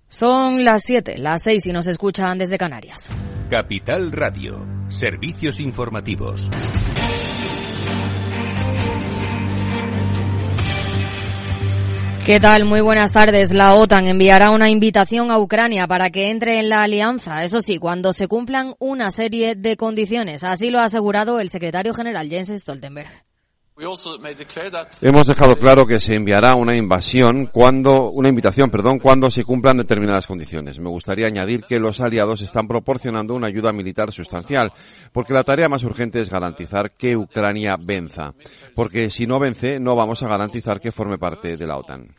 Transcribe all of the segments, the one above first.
Son las 7, las 6 y nos escuchan desde Canarias. Capital Radio, servicios informativos. ¿Qué tal? Muy buenas tardes. La OTAN enviará una invitación a Ucrania para que entre en la alianza, eso sí, cuando se cumplan una serie de condiciones. Así lo ha asegurado el secretario general Jens Stoltenberg. Hemos dejado claro que se enviará una invitación cuando se cumplan determinadas condiciones. Me gustaría añadir que los aliados están proporcionando una ayuda militar sustancial, porque la tarea más urgente es garantizar que Ucrania venza, porque si no vence no vamos a garantizar que forme parte de la OTAN.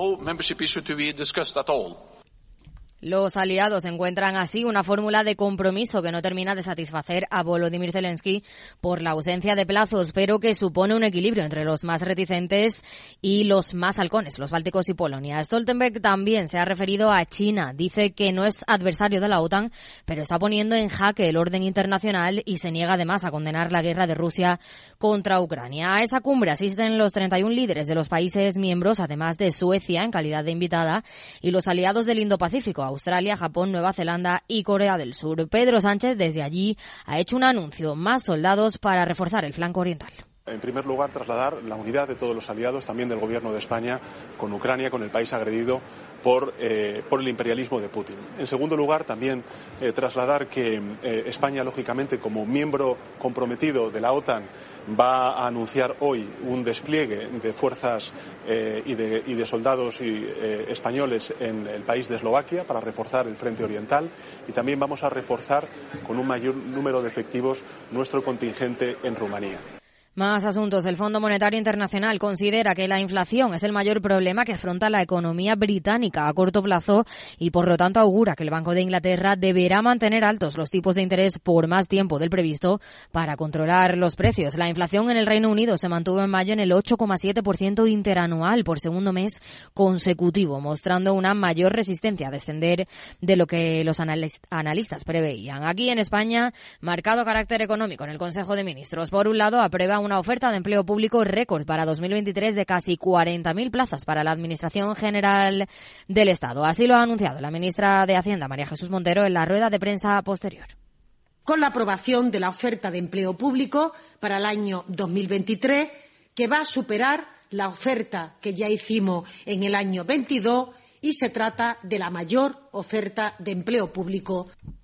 Los aliados encuentran así una fórmula de compromiso que no termina de satisfacer a Volodymyr Zelensky por la ausencia de plazos, pero que supone un equilibrio entre los más reticentes y los más halcones, los bálticos y Polonia. Stoltenberg también se ha referido a China. Dice que no es adversario de la OTAN, pero está poniendo en jaque el orden internacional y se niega además a condenar la guerra de Rusia contra Ucrania. A esa cumbre asisten los 31 líderes de los países miembros, además de Suecia en calidad de invitada, y los aliados del Indo-Pacífico, Australia, Japón, Nueva Zelanda y Corea del Sur. Pedro Sánchez desde allí ha hecho un anuncio: más soldados para reforzar el flanco oriental. En primer lugar, trasladar la unidad de todos los aliados, también del Gobierno de España, con Ucrania, con el país agredido por el imperialismo de Putin. En segundo lugar, también trasladar que España, lógicamente, como miembro comprometido de la OTAN, va a anunciar hoy un despliegue de fuerzas y de soldados españoles en el país de Eslovaquia para reforzar el frente oriental, y también vamos a reforzar con un mayor número de efectivos nuestro contingente en Rumanía. Más asuntos. El Fondo Monetario Internacional considera que la inflación es el mayor problema que afronta la economía británica a corto plazo y, por lo tanto, augura que el Banco de Inglaterra deberá mantener altos los tipos de interés por más tiempo del previsto para controlar los precios. La inflación en el Reino Unido se mantuvo en mayo en el 8,7% interanual por segundo mes consecutivo, mostrando una mayor resistencia a descender de lo que los analistas preveían. Aquí en España, marcado carácter económico en el Consejo de Ministros. Por un lado, aprueba una oferta de empleo público récord para 2023 de casi 40.000 plazas para la Administración General del Estado. Así lo ha anunciado la ministra de Hacienda, María Jesús Montero, en la rueda de prensa posterior. Con la aprobación de la oferta de empleo público para el año 2023, que va a superar la oferta que ya hicimos en el año 22, y se trata de la mayor oferta de empleo público.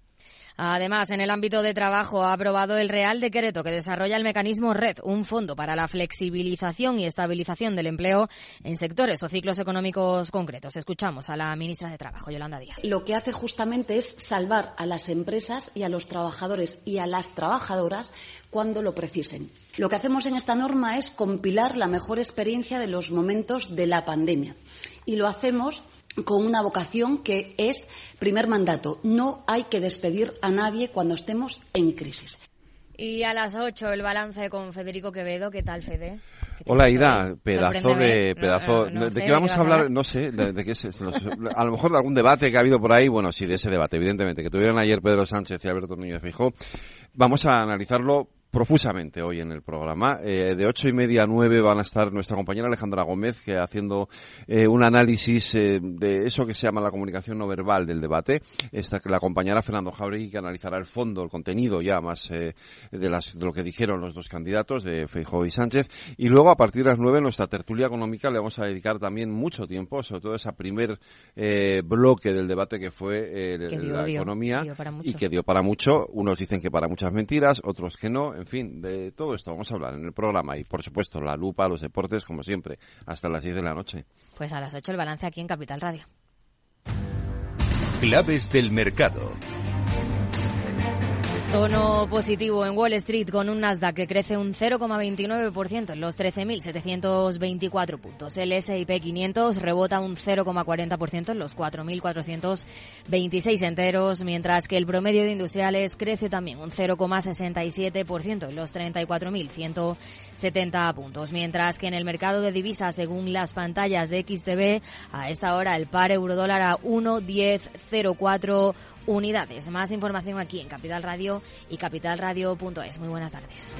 Además, en el ámbito de trabajo ha aprobado el Real Decreto que desarrolla el mecanismo RED, un fondo para la flexibilización y estabilización del empleo en sectores o ciclos económicos concretos. Escuchamos a la ministra de Trabajo, Yolanda Díaz. Lo que hace justamente es salvar a las empresas y a los trabajadores y a las trabajadoras cuando lo precisen. Lo que hacemos en esta norma es compilar la mejor experiencia de los momentos de la pandemia, y lo hacemos con una vocación que es, primer mandato, no hay que despedir a nadie cuando estemos en crisis. Y a las 8 el balance con Federico Quevedo. ¿Qué tal, Fede? Hola, Ida, pedazo ¿de qué vamos a hablar? No sé, de qué es, a lo mejor de algún debate que ha habido por ahí. Bueno, sí, de ese debate, evidentemente, que tuvieron ayer Pedro Sánchez y Alberto Núñez Feijóo. Vamos a analizarlo profusamente hoy en el programa. De 8:30 a 9 van a estar nuestra compañera Alejandra Gómez, que haciendo un análisis de eso que se llama la comunicación no verbal del debate. Que la acompañará Fernando Jáuregui, que analizará el fondo, el contenido ya más de lo que dijeron los dos candidatos, de Feijóo y Sánchez. Y luego, a partir de las 9, nuestra tertulia económica le vamos a dedicar también mucho tiempo, sobre todo a ese primer bloque del debate que fue la economía, y que dio para mucho. Unos dicen que para muchas mentiras, otros que no. En fin, de todo esto vamos a hablar en el programa, y por supuesto la lupa, los deportes, como siempre, hasta las 10 de la noche. Pues a las 8 el balance aquí en Capital Radio. Claves del mercado. Tono positivo en Wall Street, con un Nasdaq que crece un 0,29% en los 13.724 puntos. El S&P 500 rebota un 0,40% en los 4.426 enteros, mientras que el promedio de industriales crece también un 0,67% en los 34.170 puntos. Mientras que en el mercado de divisas, según las pantallas de XTB, a esta hora el par eurodólar a 1,1004 unidades. Más información aquí en Capital Radio y capitalradio.es. Muy buenas tardes.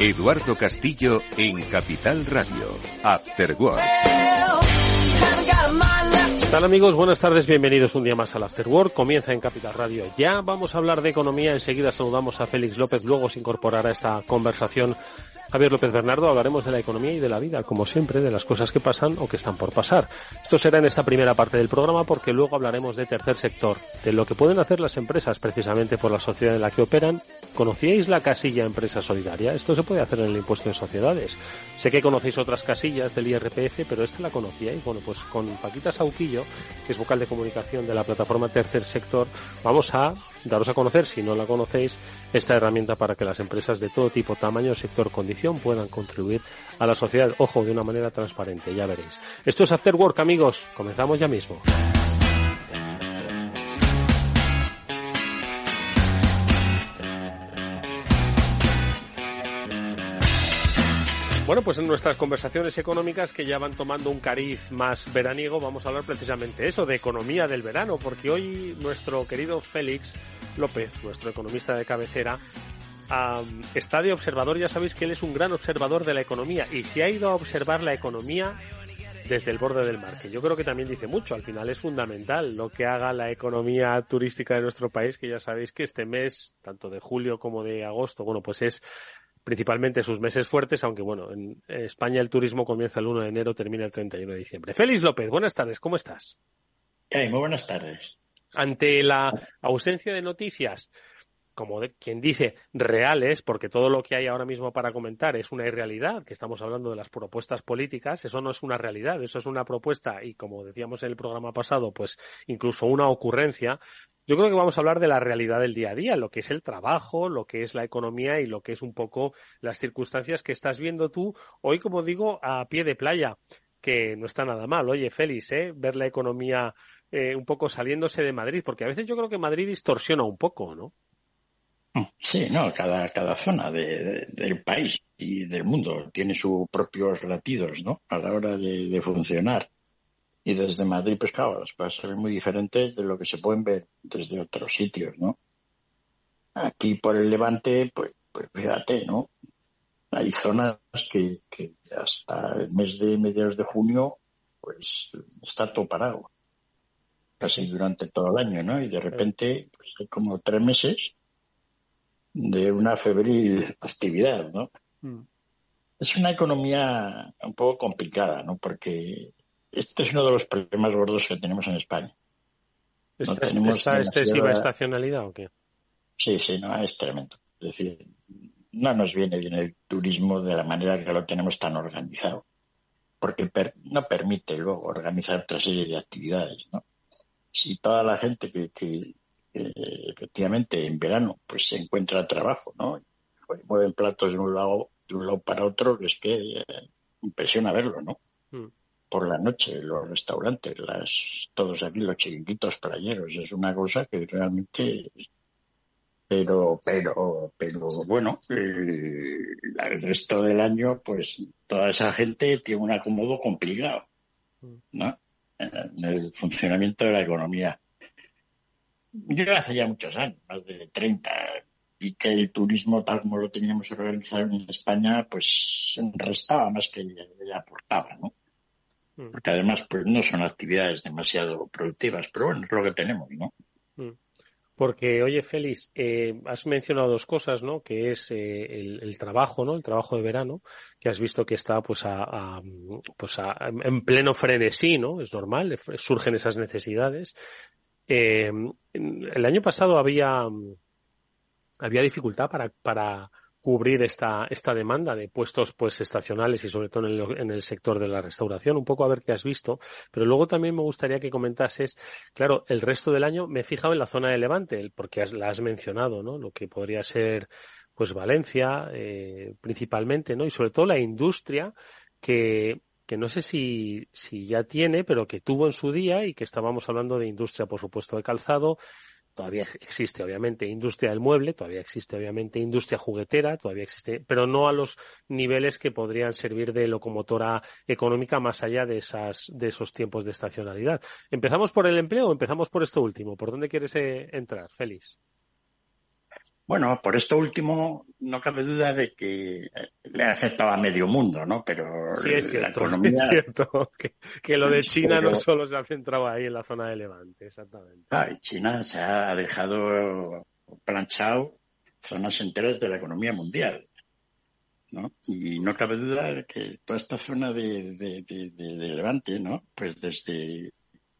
Eduardo Castillo en Capital Radio. After Work. ¿Qué tal, amigos? Buenas tardes, bienvenidos un día más al After Work. Comienza en Capital Radio. Ya vamos a hablar de economía, enseguida saludamos a Félix López, luego se incorporará a esta conversación Javier López Bernardo. Hablaremos de la economía y de la vida, como siempre, de las cosas que pasan o que están por pasar. Esto será en esta primera parte del programa, porque luego hablaremos de tercer sector, de lo que pueden hacer las empresas precisamente por la sociedad en la que operan. ¿Conocíais la casilla Empresa Solidaria? Esto se puede hacer en el impuesto de sociedades. Sé que conocéis otras casillas del IRPF, pero esta la conocíais. Bueno, pues con Paquita Sauquillo, que es vocal de comunicación de la plataforma Tercer Sector, vamos a daros a conocer, si no la conocéis, esta herramienta para que las empresas de todo tipo, tamaño, sector, condición puedan contribuir a la sociedad, ojo, de una manera transparente, ya veréis. Esto es After Work, amigos, comenzamos ya mismo. Bueno, pues en nuestras conversaciones económicas, que ya van tomando un cariz más veraniego, vamos a hablar precisamente eso, de economía del verano, porque hoy nuestro querido Félix López, nuestro economista de cabecera, está de observador. Ya sabéis que él es un gran observador de la economía y se ha ido a observar la economía desde el borde del mar, que yo creo que también dice mucho. Al final es fundamental lo que haga la economía turística de nuestro país, que ya sabéis que este mes, tanto de julio como de agosto, bueno, pues es principalmente sus meses fuertes, aunque bueno, en España el turismo comienza el 1 de enero, termina el 31 de diciembre. Félix López, buenas tardes, ¿cómo estás? Muy buenas tardes. Ante la ausencia de noticias, como quien dice, reales, porque todo lo que hay ahora mismo para comentar es una irrealidad, que estamos hablando de las propuestas políticas, eso no es una realidad, eso es una propuesta y, como decíamos en el programa pasado, pues incluso una ocurrencia. Yo creo que vamos a hablar de la realidad del día a día, lo que es el trabajo, lo que es la economía y lo que es un poco las circunstancias que estás viendo tú hoy, como digo, a pie de playa, que no está nada mal. Oye, Félix, ver la economía un poco saliéndose de Madrid, porque a veces yo creo que Madrid distorsiona un poco, ¿no? Sí, no, cada zona del país y del mundo tiene sus propios latidos, ¿no?, a la hora de funcionar. Y desde Madrid, pues claro, va a ser muy diferente de lo que se pueden ver desde otros sitios, ¿no? Aquí por el Levante, pues fíjate, ¿no? Hay zonas que hasta el mes de mediados de junio, pues está todo parado. Casi durante todo el año, ¿no? Y de repente, pues hay como 3 meses de una febril actividad, ¿no? Es una economía un poco complicada, ¿no? Porque este es uno de los problemas gordos que tenemos en España. ¿Está excesiva estacionalidad o qué? Sí, no, es tremendo. Es decir, no nos viene bien el turismo de la manera que lo tenemos tan organizado, porque no permite luego organizar otra serie de actividades, ¿no? Si toda la gente que efectivamente en verano pues se encuentra trabajo, ¿no?, mueven platos de un lado para otro, que es que impresiona verlo, ¿no? Por la noche, los restaurantes, todos aquí los chiringuitos playeros, es una cosa que realmente, pero bueno, el resto del año, pues toda esa gente tiene un acomodo complicado, ¿no?, en el funcionamiento de la economía. Yo hace ya muchos años, más de 30, y que el turismo tal como lo teníamos organizado en España, pues restaba más que le aportaba, ¿no? Porque además pues no son actividades demasiado productivas, pero bueno, es lo que tenemos, ¿no? Porque, oye, Félix, has mencionado 2 cosas, ¿no?, que es el trabajo, ¿no?, el trabajo de verano, que has visto que está en pleno frenesí, ¿no?, es normal, surgen esas necesidades. El año pasado había dificultad para cubrir esta demanda de puestos pues estacionales y sobre todo en el sector de la restauración, un poco a ver qué has visto, pero luego también me gustaría que comentases, claro, el resto del año. Me he fijado en la zona de Levante, porque la has mencionado, ¿no?, lo que podría ser pues Valencia, principalmente, ¿no?, y sobre todo la industria que no sé si ya tiene, pero que tuvo en su día, y que estábamos hablando de industria, por supuesto, de calzado. Todavía existe, obviamente, industria del mueble, todavía existe, obviamente, industria juguetera, todavía existe, pero no a los niveles que podrían servir de locomotora económica más allá de esos tiempos de estacionalidad. ¿Empezamos por el empleo o empezamos por esto último? ¿Por dónde quieres entrar, Félix? Bueno, por esto último no cabe duda de que le ha afectado a medio mundo, ¿no? Pero sí, es cierto, la economía... es cierto que lo de China pero, no solo se ha centrado ahí en la zona de Levante, exactamente. China se ha dejado planchado zonas enteras de la economía mundial, ¿no? Y no cabe duda de que toda esta zona de Levante, ¿no? Pues desde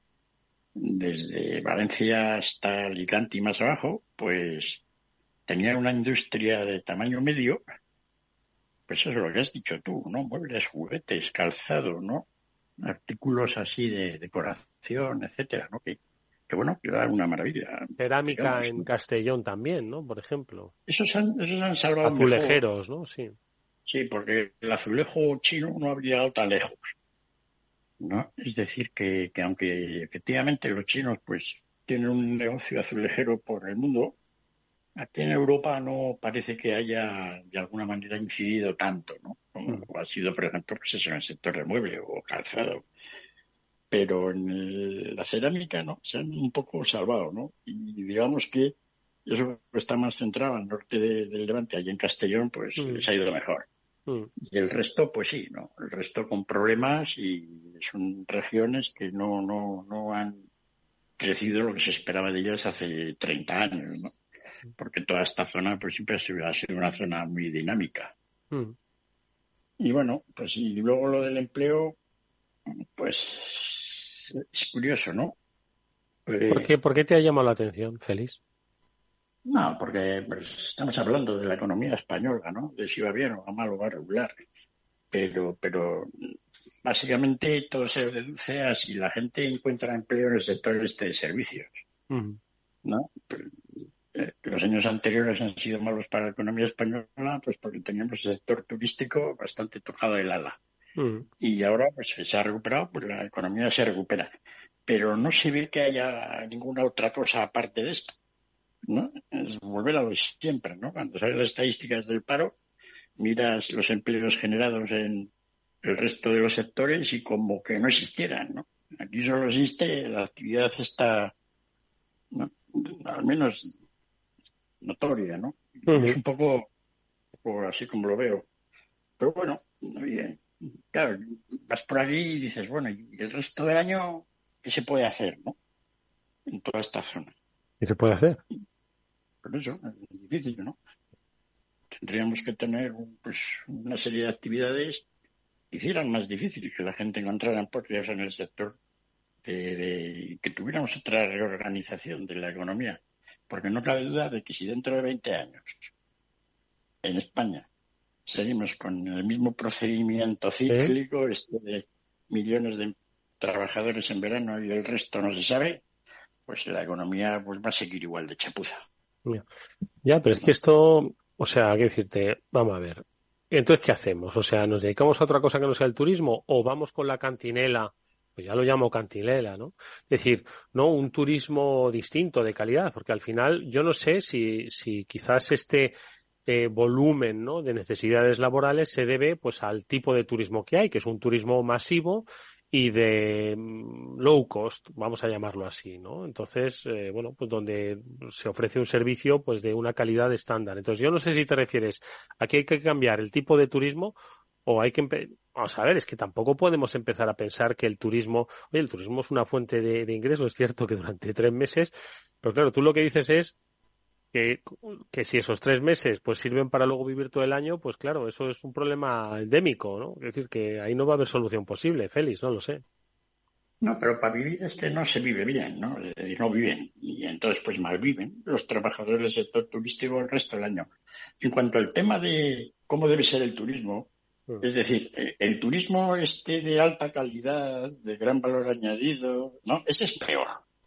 Valencia hasta Alicante y más abajo, pues tenía una industria de tamaño medio, pues eso es lo que has dicho tú, ¿no? Muebles, juguetes, calzado, ¿no? Artículos así de decoración, etcétera, ¿no? Que bueno, que era una maravilla. Cerámica, digamos, en ¿no? Castellón también, ¿no? Por ejemplo. Esos han salvado azulejeros, mejor. ¿no? Sí. Sí, porque el azulejo chino no habría llegado tan lejos, ¿no? Es decir, que aunque efectivamente los chinos pues tienen un negocio azulejero por el mundo, aquí en Europa no parece que haya de alguna manera incidido tanto, ¿no? Como ha sido, por ejemplo, pues eso, en el sector del mueble o calzado. Pero en la cerámica, ¿no? Se han un poco salvado, ¿no? Y digamos que eso está más centrado al norte del Levante, allí en Castellón, pues les ha ido mejor. Y el resto, pues sí, ¿no? El resto con problemas y son regiones que no han crecido lo que se esperaba de ellas hace 30 años, ¿no? Porque toda esta zona pues siempre ha sido una zona muy dinámica. Y bueno, pues y luego lo del empleo, pues es curioso, ¿no? ¿Por qué te ha llamado la atención, Félix? No, porque pues, estamos hablando de la economía española, ¿no? De si va bien o va mal o va regular. Pero básicamente todo se reduce a si la gente encuentra empleo en el sector este de servicios, ¿no? Los años anteriores han sido malos para la economía española, pues porque teníamos el sector turístico bastante tocado del ala. Y ahora pues se ha recuperado, pues la economía se recupera. Pero no se ve que haya ninguna otra cosa aparte de esto, ¿no? Es volver a lo de siempre, ¿no? Cuando salen las estadísticas del paro, miras los empleos generados en el resto de los sectores y como que no existieran, ¿no? Aquí solo existe la actividad esta, ¿no? Al menos notoria, ¿no? Es un poco así como lo veo. Pero bueno, bien. Claro, vas por aquí y dices, bueno, ¿y el resto del año qué se puede hacer, no? En toda esta zona. ¿Qué se puede hacer? Por eso, es difícil, ¿no? Tendríamos que tener una serie de actividades que hicieran más difícil que la gente encontrara empleos en el sector, que tuviéramos otra reorganización de la economía. Porque no cabe duda de que si dentro de 20 años en España seguimos con el mismo procedimiento cíclico, de millones de trabajadores en verano y el resto no se sabe, pues la economía pues va a seguir igual de chapuza. Ya, pero es que esto, o sea, hay que decirte, vamos a ver, entonces ¿qué hacemos? O sea, ¿nos dedicamos a otra cosa que no sea el turismo o vamos con la cantinela? Pues ya lo llamo cantinela, ¿no? Es decir, no un turismo distinto, de calidad, porque al final yo no sé si quizás este volumen, ¿no?, de necesidades laborales se debe pues al tipo de turismo que hay, que es un turismo masivo y de low cost, vamos a llamarlo así, ¿no? Entonces, bueno, pues donde se ofrece un servicio pues de una calidad estándar. Entonces, yo no sé si te refieres a que hay que cambiar el tipo de turismo o hay que vamos a ver, es que tampoco podemos empezar a pensar que el turismo es una fuente de ingresos, es cierto que durante 3 meses, pero claro, tú lo que dices es que si esos 3 meses pues sirven para luego vivir todo el año, pues claro, eso es un problema endémico, ¿no? Es decir, que ahí no va a haber solución posible, Félix, no lo sé. No, pero para vivir es que no se vive bien, ¿no? Es decir, no viven. Y entonces pues malviven los trabajadores del sector turístico el resto del año. En cuanto al tema de cómo debe ser el turismo, es decir, el turismo de alta calidad, de gran valor añadido, ¿no? Ese es peor.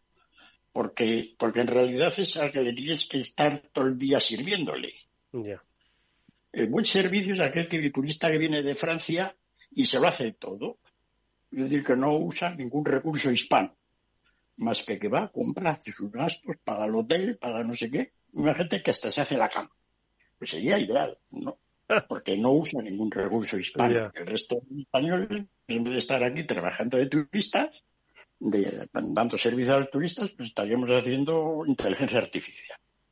Porque en realidad es al que le tienes que estar todo el día sirviéndole. Yeah. El buen servicio es aquel el turista que viene de Francia y se lo hace todo. Es decir, que no usa ningún recurso hispano. Más que va, compra, hace sus gastos, paga el hotel, paga no sé qué. Una gente que hasta se hace la cama. Pues sería ideal, ¿no? Porque no usa ningún recurso hispano. Yeah. El resto de españoles, en vez de estar aquí trabajando de turistas, dando servicio a los turistas, pues estaríamos haciendo inteligencia artificial.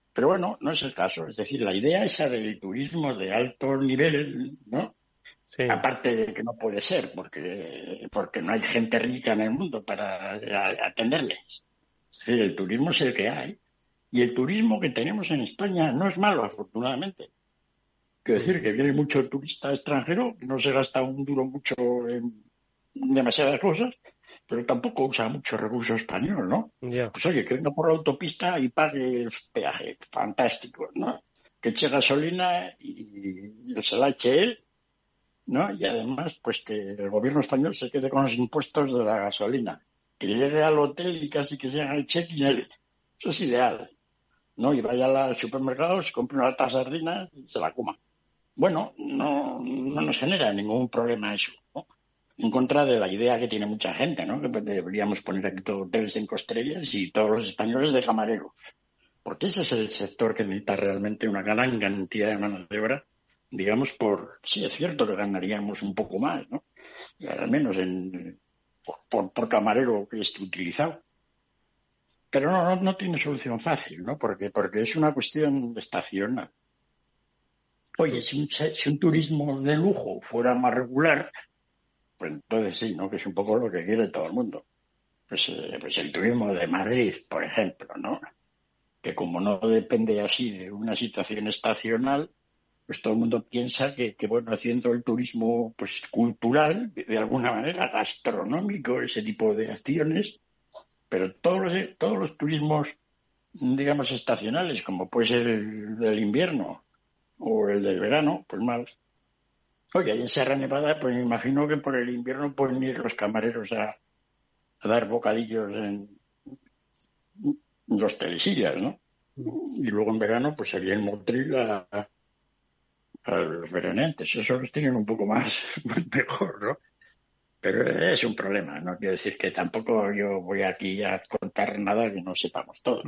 Pero bueno, no es el caso. Es decir, la idea esa del turismo de alto nivel, ¿no? Sí. Aparte de que no puede ser, porque no hay gente rica en el mundo para atenderles. Es decir, el turismo es el que hay. Y el turismo que tenemos en España no es malo, afortunadamente. Quiero decir que viene mucho turista extranjero, que no se gasta un duro mucho en demasiadas cosas, pero tampoco usa mucho recurso español, ¿no? Yeah. Pues oye, que venga por la autopista y pague el peaje, fantástico, ¿no? Que eche gasolina y se la eche él, ¿no? Y además, pues que el gobierno español se quede con los impuestos de la gasolina, que llegue al hotel y casi que se haga el check-in él. Eso es ideal, ¿no? Y vaya al supermercado, se compre una lata de sardinas y se la coma. Bueno, no nos genera ningún problema eso, ¿no? En contra de la idea que tiene mucha gente, ¿no? Que deberíamos poner aquí todos hoteles 5 estrellas y todos los españoles de camareros. Porque ese es el sector que necesita realmente una gran cantidad de mano de obra, digamos, sí es cierto que ganaríamos un poco más, ¿no? Y al menos por camarero que esté utilizado. Pero no tiene solución fácil, ¿no? Porque es una cuestión estacional. Oye, si un turismo de lujo fuera más regular, pues entonces sí, ¿no? Que es un poco lo que quiere todo el mundo. Pues el turismo de Madrid, por ejemplo, ¿no? Que como no depende así de una situación estacional, pues todo el mundo piensa que bueno, haciendo el turismo pues cultural, de alguna manera, gastronómico, ese tipo de acciones, pero todos los turismos, digamos, estacionales, como puede ser el del invierno o el del verano, pues mal. Oye, ahí en Sierra Nevada, pues me imagino que por el invierno pueden ir los camareros a dar bocadillos en los telesillas, ¿no? Y luego en verano, pues sería el Motril a los veraneantes. Eso los tienen un poco más mejor, ¿no? Pero es un problema, no quiero decir que tampoco yo voy aquí a contar nada que no sepamos todo.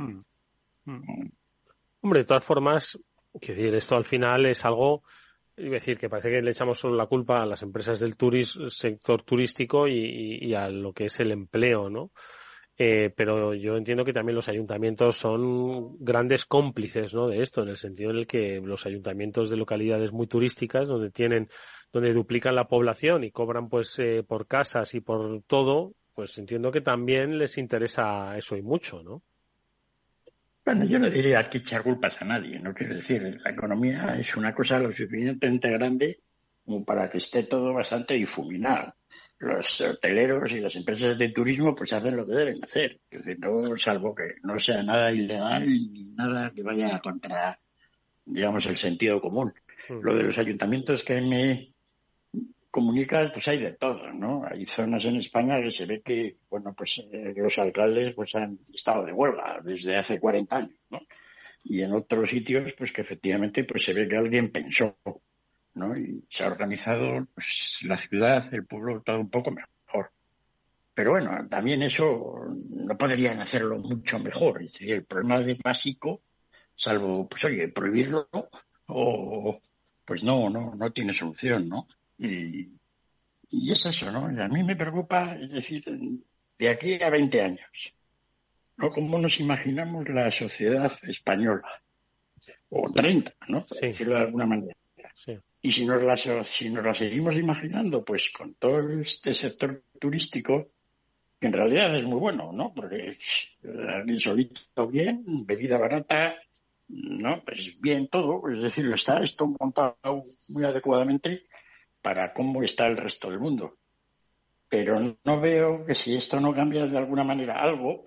Hombre, de todas formas, quiero decir, esto al final es algo, iba a decir que parece que le echamos solo la culpa a las empresas del sector turístico y a lo que es el empleo, ¿no? Pero yo entiendo que también los ayuntamientos son grandes cómplices, ¿no? De esto, en el sentido en el que los ayuntamientos de localidades muy turísticas, donde duplican la población y cobran pues por casas y por todo, pues entiendo que también les interesa eso y mucho, ¿no? Bueno, yo no diría que echar culpas a nadie, no quiero decir, la economía es una cosa lo suficientemente grande como para que esté todo bastante difuminado. Los hoteleros y las empresas de turismo pues hacen lo que deben hacer, es decir, no, salvo que no sea nada ilegal ni nada que vaya contra, digamos, el sentido común. Lo de los ayuntamientos que me comunicas, pues hay de todo, ¿no? Hay zonas en España que se ve que, bueno, pues los alcaldes pues han estado de huelga desde hace 40 años, ¿no? Y en otros sitios, pues que efectivamente pues se ve que alguien pensó, ¿no? Y se ha organizado pues la ciudad, el pueblo, todo un poco mejor. Pero bueno, también eso no podrían hacerlo mucho mejor. Es decir, el problema de básico, salvo, pues oye, prohibirlo, o pues no tiene solución, ¿no? Y es eso, ¿no? Y a mí me preocupa, es decir, de aquí a 20 años, ¿no? ¿Cómo nos imaginamos la sociedad española? O 30, ¿no? Por decirlo de alguna manera. Sí. Y si nos la seguimos imaginando, pues con todo este sector turístico, que en realidad es muy bueno, ¿no? Porque alguien solito bien, bebida barata, ¿no? Pues bien todo, es decir, está esto montado muy adecuadamente para cómo está el resto del mundo. Pero no veo que si esto no cambia de alguna manera algo,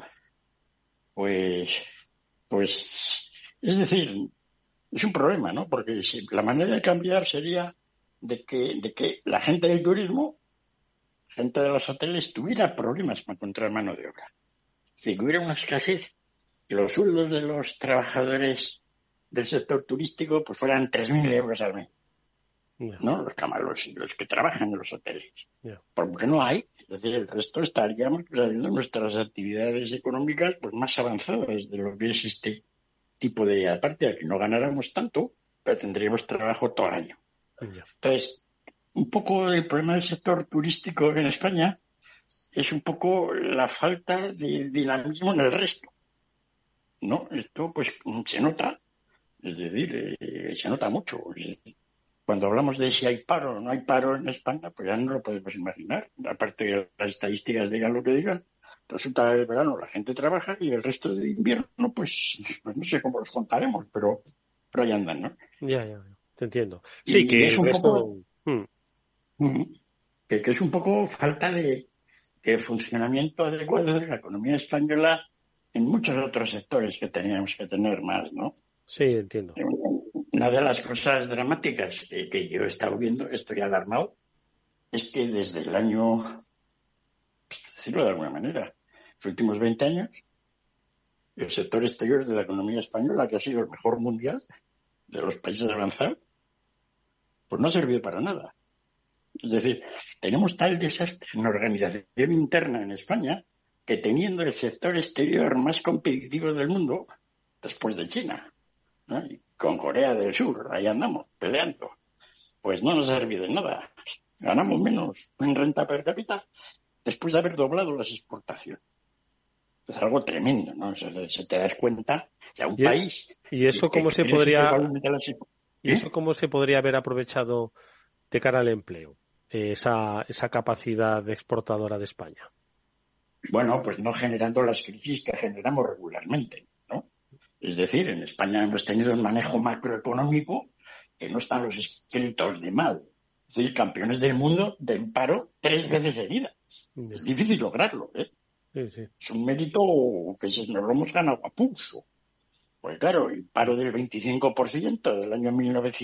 pues es decir, es un problema, ¿no? Porque la manera de cambiar sería de que la gente del turismo, gente de los hoteles, tuviera problemas para encontrar mano de obra. Si hubiera una escasez, que los sueldos de los trabajadores del sector turístico pues fueran 3.000 euros al mes. Yeah. ¿No? Los camareros y los que trabajan en los hoteles. Yeah. Porque no hay. Es decir, el resto estaríamos pues, haciendo nuestras actividades económicas pues más avanzadas de lo que es este tipo de... Aparte de que no ganáramos tanto, pero tendríamos trabajo todo el año. Yeah. Entonces, un poco el problema del sector turístico en España es un poco la falta de dinamismo en el resto, ¿no? Esto pues se nota Es decir, se nota mucho. Cuando hablamos de si hay paro o no hay paro en España, pues ya no lo podemos imaginar. Aparte de que las estadísticas digan lo que digan, resulta que el verano la gente trabaja y el resto de invierno, pues no sé cómo los contaremos, pero ahí andan, ¿no? Ya, te entiendo. Sí, y que es un poco... que es un poco falta de funcionamiento adecuado de la economía española en muchos otros sectores que teníamos que tener más, ¿no? Sí, entiendo. Una de las cosas dramáticas que yo he estado viendo, estoy alarmado, es que desde el año, pues, decirlo de alguna manera, los últimos 20 años, el sector exterior de la economía española, que ha sido el mejor mundial de los países avanzados, pues no ha servido para nada. Es decir, tenemos tal desastre en la organización interna en España que teniendo el sector exterior más competitivo del mundo, después de China, ¿no? Y con Corea del Sur, ahí andamos, peleando, pues no nos ha servido de nada. Ganamos menos en renta per cápita después de haber doblado las exportaciones. Es algo tremendo, ¿no? O sea, se te das cuenta, o sea, un país... ¿Y eso cómo se podría... ¿Y eso cómo se podría haber aprovechado de cara al empleo? Esa capacidad exportadora de España. Bueno, pues no generando las crisis que generamos regularmente, ¿no? Es decir, en España hemos tenido un manejo macroeconómico que no están los escritos de mal. Es decir, campeones del mundo del paro 3 veces seguidas. Es difícil lograrlo, ¿eh? Sí. Es un mérito que nos lo hemos ganado a pulso. Pues claro, el paro del 25% del año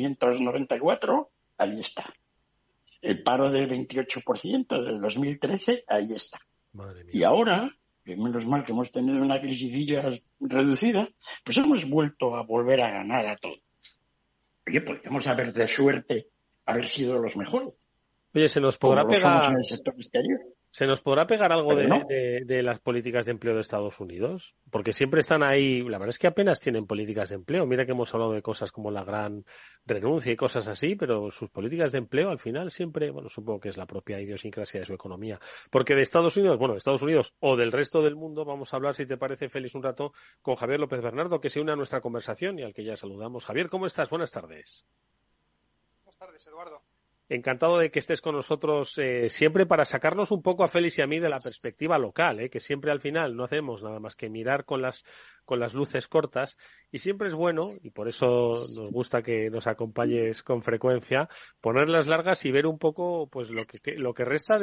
1994, ahí está. El paro del 28% del 2013, ahí está. Madre mía. Y ahora, que menos mal que hemos tenido una crisicilla reducida, pues hemos vuelto a volver a ganar a todos. Oye, podríamos haber de suerte haber sido los mejores. Oye, ¿se nos podrá pegar en el sector exterior? ¿Se nos podrá pegar algo no. de las políticas de empleo de Estados Unidos? Porque siempre están ahí, la verdad es que apenas tienen políticas de empleo. Mira que hemos hablado de cosas como la gran renuncia y cosas así, pero sus políticas de empleo al final siempre, bueno, supongo que es la propia idiosincrasia de su economía. Porque de Estados Unidos o del resto del mundo, vamos a hablar, si te parece, Félix, un rato con Javier López Bernardo, que se une a nuestra conversación y al que ya saludamos. Javier, ¿cómo estás? Buenas tardes. Buenas tardes, Eduardo. Encantado de que estés con nosotros siempre para sacarnos un poco a Félix y a mí de la perspectiva local, que siempre al final no hacemos nada más que mirar con las luces cortas y siempre es bueno, y por eso nos gusta que nos acompañes con frecuencia, ponerlas largas y ver un poco pues lo que resta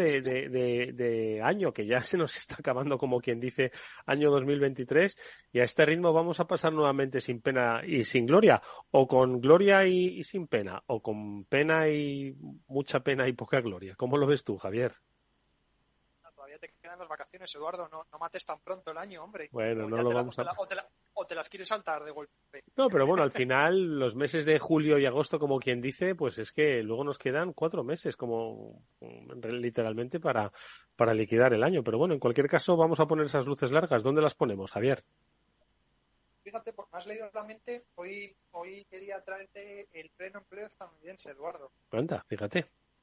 de año, que ya se nos está acabando, como quien dice, año 2023, y a este ritmo vamos a pasar nuevamente sin pena y sin gloria, o con gloria y sin pena, o con pena y mucha pena y poca gloria. ¿Cómo lo ves tú, Javier? Todavía te quedan las vacaciones, Eduardo. No mates tan pronto el año, hombre. Bueno, no lo vamos a... O te las quieres saltar de golpe. No, pero bueno, al final, los meses de julio y agosto, como quien dice, pues es que luego nos quedan 4 meses, como literalmente, para liquidar el año. Pero bueno, en cualquier caso, vamos a poner esas luces largas. ¿Dónde las ponemos, Javier? Fíjate, porque me has leído la mente, hoy quería traerte el pleno empleo estadounidense, Eduardo. Anda, fíjate.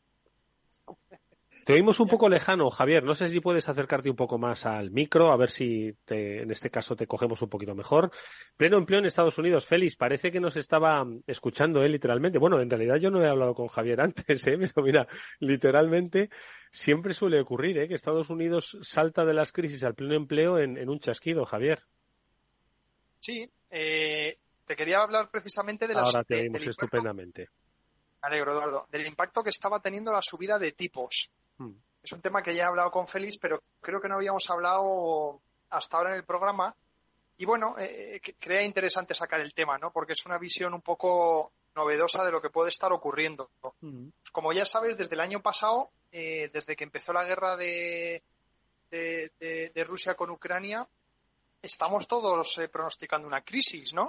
Te oímos un poco lejano, Javier. No sé si puedes acercarte un poco más al micro, a ver si en este caso te cogemos un poquito mejor. Pleno empleo en Estados Unidos. Félix, parece que nos estaba escuchando literalmente. Bueno, en realidad yo no he hablado con Javier antes, pero mira, literalmente siempre suele ocurrir, que Estados Unidos salta de las crisis al pleno empleo en un chasquido, Javier. Sí, te quería hablar precisamente de las... Ahora te oímos estupendamente. Me alegro, Eduardo. Del impacto que estaba teniendo la subida de tipos. Es un tema que ya he hablado con Félix, pero creo que no habíamos hablado hasta ahora en el programa. Y bueno, crea interesante sacar el tema, ¿no? Porque es una visión un poco novedosa de lo que puede estar ocurriendo. Pues como ya sabes, desde el año pasado, desde que empezó la guerra de Rusia con Ucrania, estamos todos pronosticando una crisis, ¿no?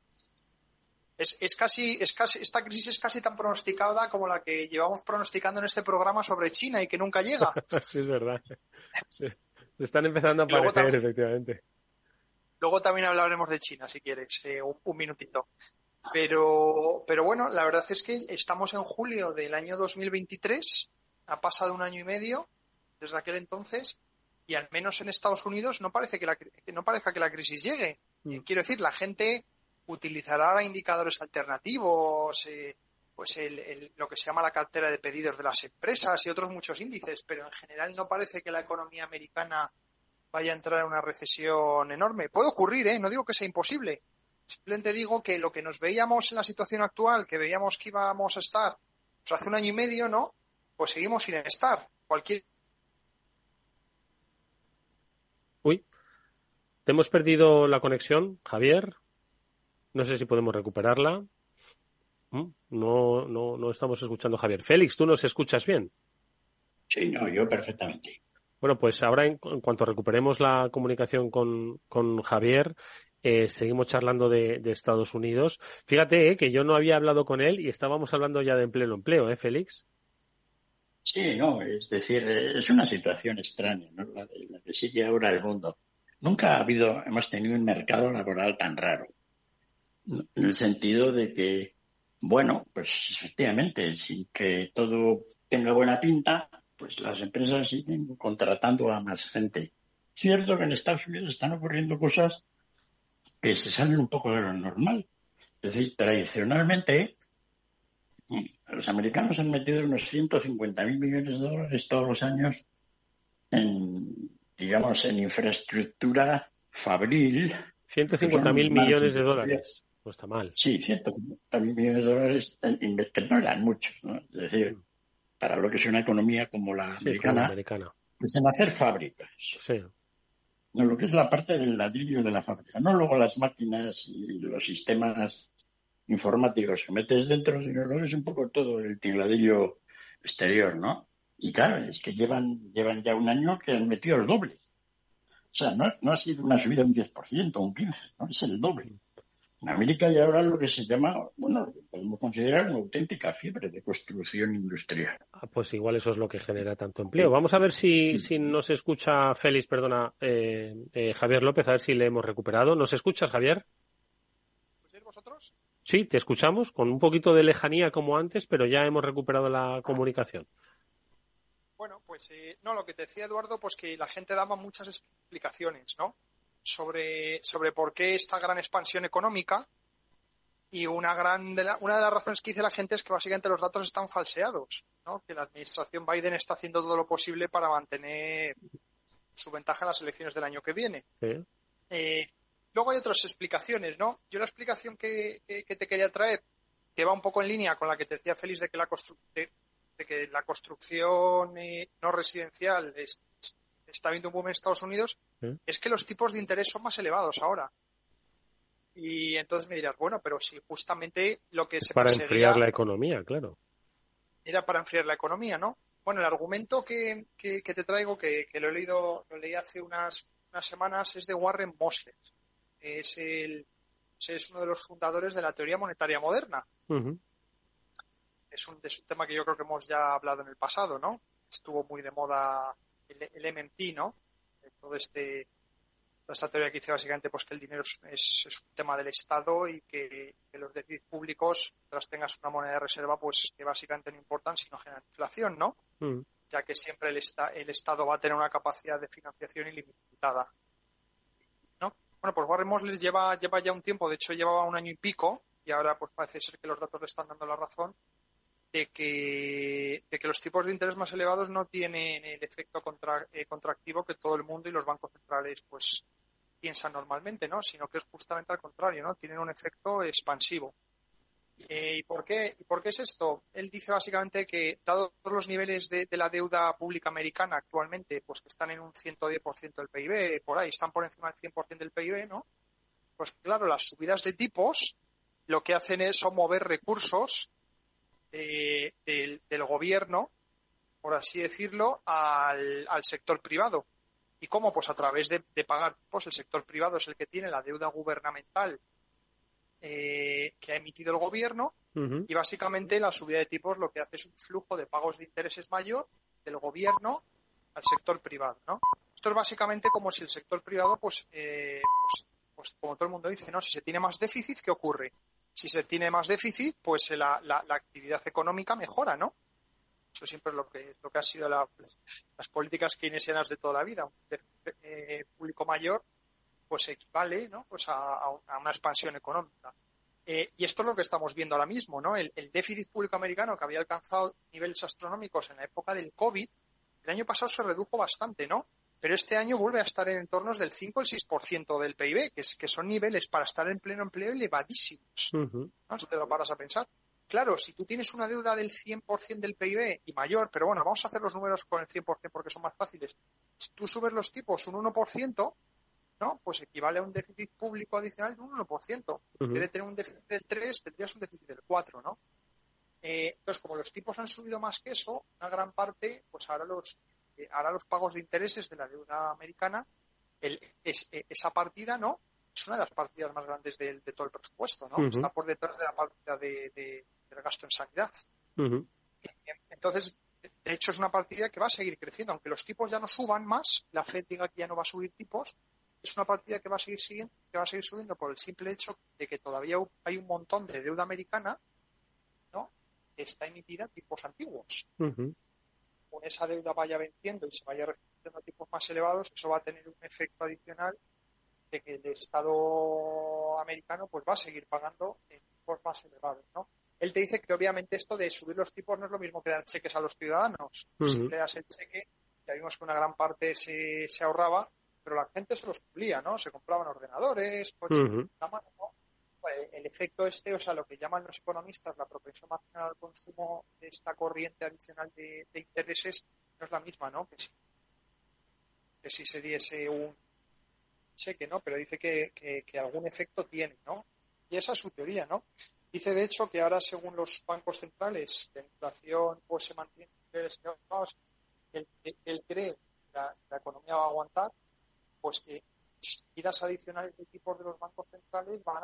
Es casi, esta crisis es casi tan pronosticada como la que llevamos pronosticando en este programa sobre China y que nunca llega. Sí, es verdad. Se están empezando a aparecer, efectivamente. Luego también hablaremos de China, si quieres, un minutito. Pero bueno, la verdad es que estamos en julio del año 2023, ha pasado 1 año y medio desde aquel entonces, y al menos en Estados Unidos no parece que la crisis llegue. Quiero decir, la gente utilizará indicadores alternativos, pues lo que se llama la cartera de pedidos de las empresas y otros muchos índices, pero en general no parece que la economía americana vaya a entrar en una recesión enorme. Puede ocurrir, no digo que sea imposible. Simplemente digo que lo que nos veíamos en la situación actual, que veíamos que íbamos a estar pues hace un año y medio, ¿no? Pues seguimos sin estar. Uy, te hemos perdido la conexión, Javier. No sé si podemos recuperarla. No estamos escuchando a Javier. Félix, ¿tú nos escuchas bien? Sí, no, yo perfectamente. Bueno, pues ahora en cuanto recuperemos la comunicación con Javier, seguimos charlando de Estados Unidos. Fíjate que yo no había hablado con él y estábamos hablando ya de empleo, Félix. Sí, no, es decir, es una situación extraña, ¿no? La que sigue ahora el mundo. Nunca hemos tenido un mercado laboral tan raro, en el sentido de que, bueno, pues efectivamente, sin que todo tenga buena pinta, pues las empresas siguen contratando a más gente. Cierto que en Estados Unidos están ocurriendo cosas que se salen un poco de lo normal. Es decir, tradicionalmente, los americanos han metido unos 150.000 millones de dólares todos los años en infraestructura fabril. 150.000 millones de dólares. No está mal. Sí, 150.000 millones de dólares que no eran muchos, ¿no? Es decir, para lo que es una economía como la americana, pues en hacer fábricas. Sí. No, lo que es la parte del ladrillo de la fábrica, no luego las máquinas y los sistemas informáticos que metes dentro, sino luego es un poco todo el ladrillo exterior, ¿no? Y claro, es que llevan ya un año que han metido el doble. O sea, no ha sido una subida de un 10%, un 15%, ¿no? Es el doble. En América hay ahora lo que se llama, bueno, podemos considerar una auténtica fiebre de construcción industrial. Pues igual eso es lo que genera tanto empleo. Vamos a ver si nos escucha Félix, Javier López, a ver si le hemos recuperado. ¿Nos escuchas, Javier? ¿Vosotros? Sí, te escuchamos, con un poquito de lejanía como antes, pero ya hemos recuperado la comunicación. Bueno, pues lo que te decía Eduardo, pues que la gente daba muchas explicaciones, ¿no? Sobre por qué esta gran expansión económica, y una de las razones que dice la gente es que básicamente los datos están falseados, ¿no? Que la administración Biden está haciendo todo lo posible para mantener su ventaja en las elecciones del año que viene. Sí. Luego hay otras explicaciones, ¿no? Yo la explicación que te quería traer, que va un poco en línea con la que te decía Félix de que la construcción no residencial está viendo un boom en Estados Unidos, es que los tipos de interés son más elevados ahora. Y entonces me dirás, bueno, pero si justamente lo que se para enfriar la economía, claro. Era para enfriar la economía, ¿no? Bueno, el argumento que te traigo, que lo leí hace unas semanas, es de Warren Mosler. Es uno de los fundadores de la teoría monetaria moderna. Uh-huh. Es un tema que yo creo que hemos ya hablado en el pasado, ¿no? Estuvo muy de moda el MMT, ¿no? Todo esta teoría que dice básicamente pues que el dinero es un tema del Estado y que los déficits públicos, tras tengas una moneda de reserva, pues que básicamente no importan si no generan inflación, ¿no? Uh-huh. Ya que siempre el Estado va a tener una capacidad de financiación ilimitada, ¿no? Bueno, pues Warren Mosler lleva ya un tiempo, de hecho llevaba un año y pico, y ahora pues parece ser que los datos le están dando la razón, de que los tipos de interés más elevados no tienen el efecto contractivo que todo el mundo y los bancos centrales pues piensan normalmente, ¿no? Sino que es justamente al contrario, ¿no? Tienen un efecto expansivo. ¿Y por qué es esto? Él dice básicamente que, dados los niveles de la deuda pública americana actualmente, pues que están en un 110% del PIB, por ahí, están por encima del 100% del PIB, ¿no? Pues claro, las subidas de tipos lo que hacen son mover recursos del gobierno, por así decirlo, al sector privado. ¿Y cómo? Pues a través de pagar tipos. El sector privado es el que tiene la deuda gubernamental que ha emitido el gobierno, uh-huh. Y básicamente la subida de tipos lo que hace es un flujo de pagos de intereses mayor del gobierno al sector privado, ¿no? Esto es básicamente como si el sector privado, pues como todo el mundo dice, ¿no? Si se tiene más déficit, ¿qué ocurre? Si se tiene más déficit, pues la actividad económica mejora, ¿no? Eso siempre es lo que ha sido las políticas keynesianas de toda la vida. Un público mayor pues equivale, ¿no? Pues a una expansión económica. Y esto es lo que estamos viendo ahora mismo, ¿no? El déficit público americano, que había alcanzado niveles astronómicos en la época del COVID, el año pasado se redujo bastante, ¿no? Pero este año vuelve a estar en entornos del 5 al 6% del PIB, que son niveles para estar en pleno empleo elevadísimos, ¿no? Si te lo paras a pensar. Claro, si tú tienes una deuda del 100% del PIB y mayor, pero bueno, vamos a hacer los números con el 100% porque son más fáciles. Si tú subes los tipos un 1%, ¿no? Pues equivale a un déficit público adicional de un 1%. En vez de tener un déficit del 3, tendrías un déficit del 4, ¿no? Entonces, como los tipos han subido más que eso, una gran parte, pues ahora los pagos de intereses de la deuda americana, esa partida, ¿no? Es una de las partidas más grandes de todo el presupuesto, ¿no? Está por detrás de la partida del gasto en sanidad. Entonces, de hecho, es una partida que va a seguir creciendo. Aunque los tipos ya no suban más, la FED diga que ya no va a subir tipos, es una partida que va a seguir subiendo por el simple hecho de que todavía hay un montón de deuda americana, ¿no? Que está emitida en tipos antiguos. Con esa deuda vaya venciendo y se vaya refiriendo a tipos más elevados, eso va a tener un efecto adicional de que el Estado americano pues va a seguir pagando en tipos más elevados, ¿no? Él te dice que obviamente esto de subir los tipos no es lo mismo que dar cheques a los ciudadanos. Si le das el cheque, ya vimos que una gran parte se ahorraba, pero la gente se los cumplía, ¿no? Se compraban ordenadores, coches, la mano, ¿no? Pues el efecto o sea, lo que llaman los economistas la propensión marginal al consumo de esta corriente adicional de intereses no es la misma, ¿no? Que si se diese un cheque, ¿no? Pero dice que algún efecto tiene, ¿no? Y esa es su teoría, ¿no? Dice, de hecho, que ahora, según los bancos centrales, la inflación pues se mantiene en niveles elevados, él cree que la economía va a aguantar, pues que subidas adicionales de tipos de los bancos centrales van a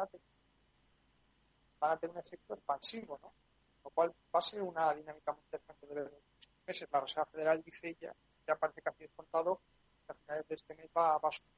tener un efecto expansivo, ¿no? Lo cual va a ser una dinámica muy interesante de los meses. La Reserva Federal dice, ya parece casi descontado, que a finales de este mes va a subir.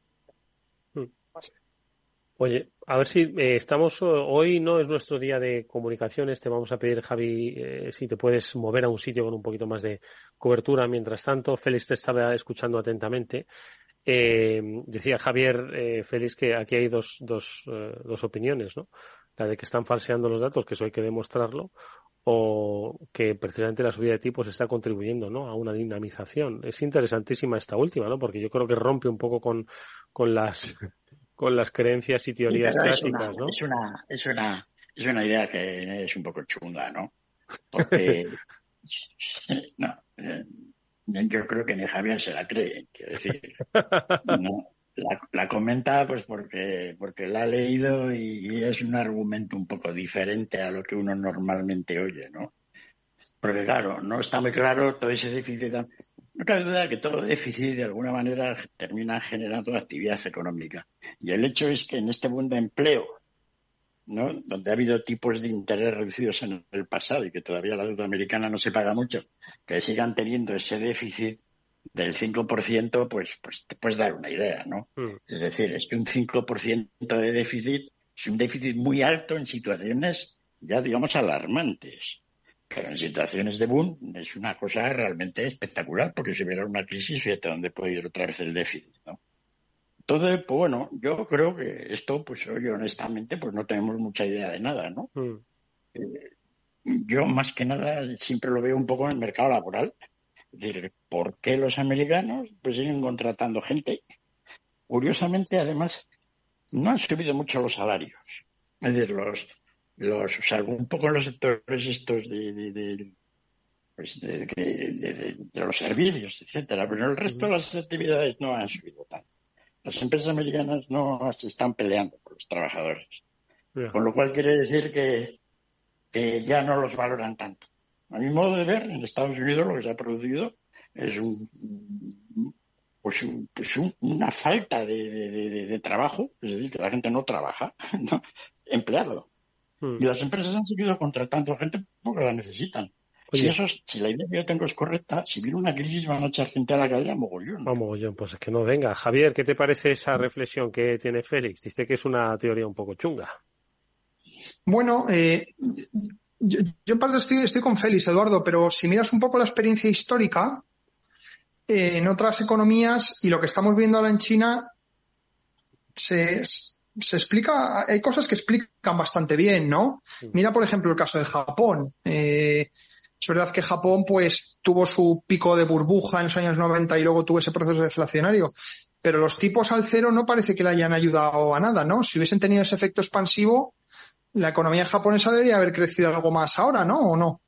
Oye, a ver si estamos hoy, no es nuestro día de comunicaciones, te vamos a pedir, Javi, si te puedes mover a un sitio con un poquito más de cobertura. Mientras tanto, Félix te estaba escuchando atentamente. Decía Javier, Félix, que aquí hay dos opiniones, ¿no? La de que están falseando los datos, que eso hay que demostrarlo, o que precisamente la subida de tipos está contribuyendo, ¿no?, a una dinamización. Es interesantísima esta última, ¿no?, porque yo creo que rompe un poco con las creencias y teorías clásicas, ¿no? Es una idea que es un poco chunga, ¿no? Porque no, yo creo que ni Javier se la cree, quiero decir. No, la comenta pues porque la ha leído y es un argumento un poco diferente a lo que uno normalmente oye, ¿no? Porque claro, no está muy claro todo ese déficit. No cabe duda que todo déficit de alguna manera termina generando actividad económica. Y el hecho es que en este mundo de empleo, ¿no?, donde ha habido tipos de interés reducidos en el pasado y que todavía la deuda americana no se paga mucho, que sigan teniendo ese déficit del 5%, pues te puedes dar una idea, ¿no? Es decir, es que un 5% de déficit es un déficit muy alto en situaciones ya, digamos, alarmantes. Pero en situaciones de boom es una cosa realmente espectacular, porque si hubiera una crisis, fíjate dónde puede ir otra vez el déficit, ¿no? Entonces, pues bueno, yo creo que esto, pues oye, honestamente, pues no tenemos mucha idea de nada, ¿no? Yo, más que nada, siempre lo veo un poco en el mercado laboral. Es decir, ¿por qué los americanos pues siguen contratando gente? Curiosamente, además, no han subido mucho los salarios. Es decir, salvo un poco en los sectores estos de los servicios, etcétera, pero el resto de las actividades no han subido tanto. Las empresas americanas no se están peleando por los trabajadores. Con lo cual quiere decir que ya no los valoran tanto. A mi modo de ver, en Estados Unidos lo que se ha producido es una falta de trabajo, es decir, que la gente no trabaja, ¿no?, empleado. Y las empresas han seguido contratando gente porque la necesitan. Oye, Si la idea que yo tengo es correcta, si viene una crisis van a echar gente a la calle a mogollón. A mogollón, pues es que no venga. Javier, ¿qué te parece esa reflexión que tiene Félix? Dice que es una teoría un poco chunga. Bueno, yo en parte estoy con Félix, Eduardo, pero si miras un poco la experiencia histórica, en otras economías y lo que estamos viendo ahora en China, se explica, hay cosas que explican bastante bien, ¿no? Mira, por ejemplo, el caso de Japón. Es verdad que Japón, pues, tuvo su pico de burbuja en los años 90 y luego tuvo ese proceso deflacionario. Pero los tipos al cero no parece que le hayan ayudado a nada, ¿no? Si hubiesen tenido ese efecto expansivo, la economía japonesa debería haber crecido algo más ahora, ¿no? ¿O no?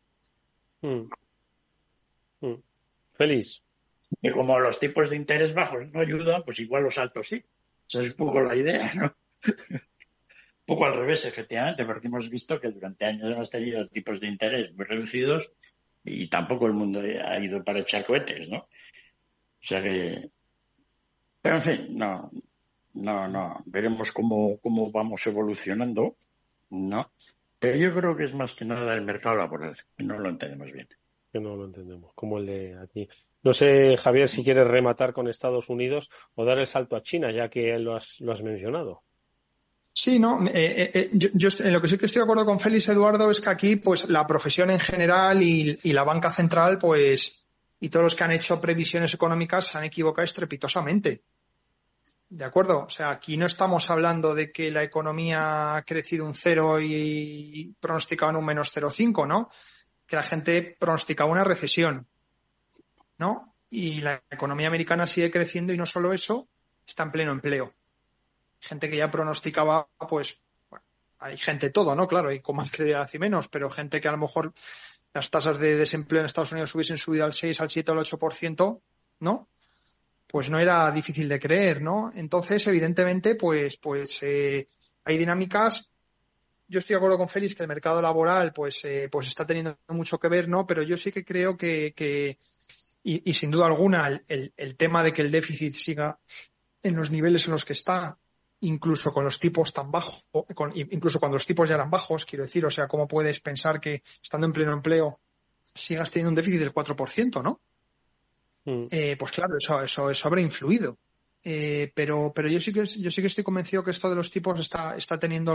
Feliz. Y como los tipos de interés bajos no ayudan, pues igual los altos sí. Esa es un poco la idea, ¿no? Un poco al revés, efectivamente, porque hemos visto que durante años hemos tenido tipos de interés muy reducidos y tampoco el mundo ha ido para echar cohetes, ¿no? O sea que... Pero en fin, no. Veremos cómo vamos evolucionando, ¿no? Pero yo creo que es más que nada el mercado laboral, que no lo entendemos bien. Que no lo entendemos, como el de aquí. No sé, Javier, si quieres rematar con Estados Unidos o dar el salto a China, ya que lo has mencionado. Sí, no, yo en lo que sí que estoy de acuerdo con Félix, Eduardo, es que aquí, pues, la profesión en general y la banca central, pues, y todos los que han hecho previsiones económicas se han equivocado estrepitosamente. ¿De acuerdo? O sea, aquí no estamos hablando de que la economía ha crecido un 0 y pronosticaban un menos 0,5, ¿no? Que la gente pronosticaba una recesión, ¿no? Y la economía americana sigue creciendo y no solo eso, está en pleno empleo. Gente que ya pronosticaba, pues, bueno, hay gente todo, ¿no? Claro, y con más credibilidad y menos, pero gente que a lo mejor las tasas de desempleo en Estados Unidos hubiesen subido al 6, al 7 o al 8%, ¿no? Pues no era difícil de creer, ¿no? Entonces, evidentemente, pues hay dinámicas. Yo estoy de acuerdo con Félix que el mercado laboral, pues está teniendo mucho que ver, ¿no? Pero yo sí que creo que sin duda alguna, el tema de que el déficit siga en los niveles en los que está, incluso con los tipos tan bajos, incluso cuando los tipos ya eran bajos, quiero decir, o sea, ¿cómo puedes pensar que estando en pleno empleo sigas teniendo un déficit del 4%, ¿no? Pues claro, eso habrá influido. Pero yo sí que estoy convencido que esto de los tipos está teniendo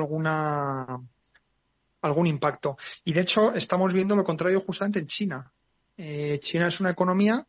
algún impacto. Y de hecho, estamos viendo lo contrario justamente en China. China es una economía,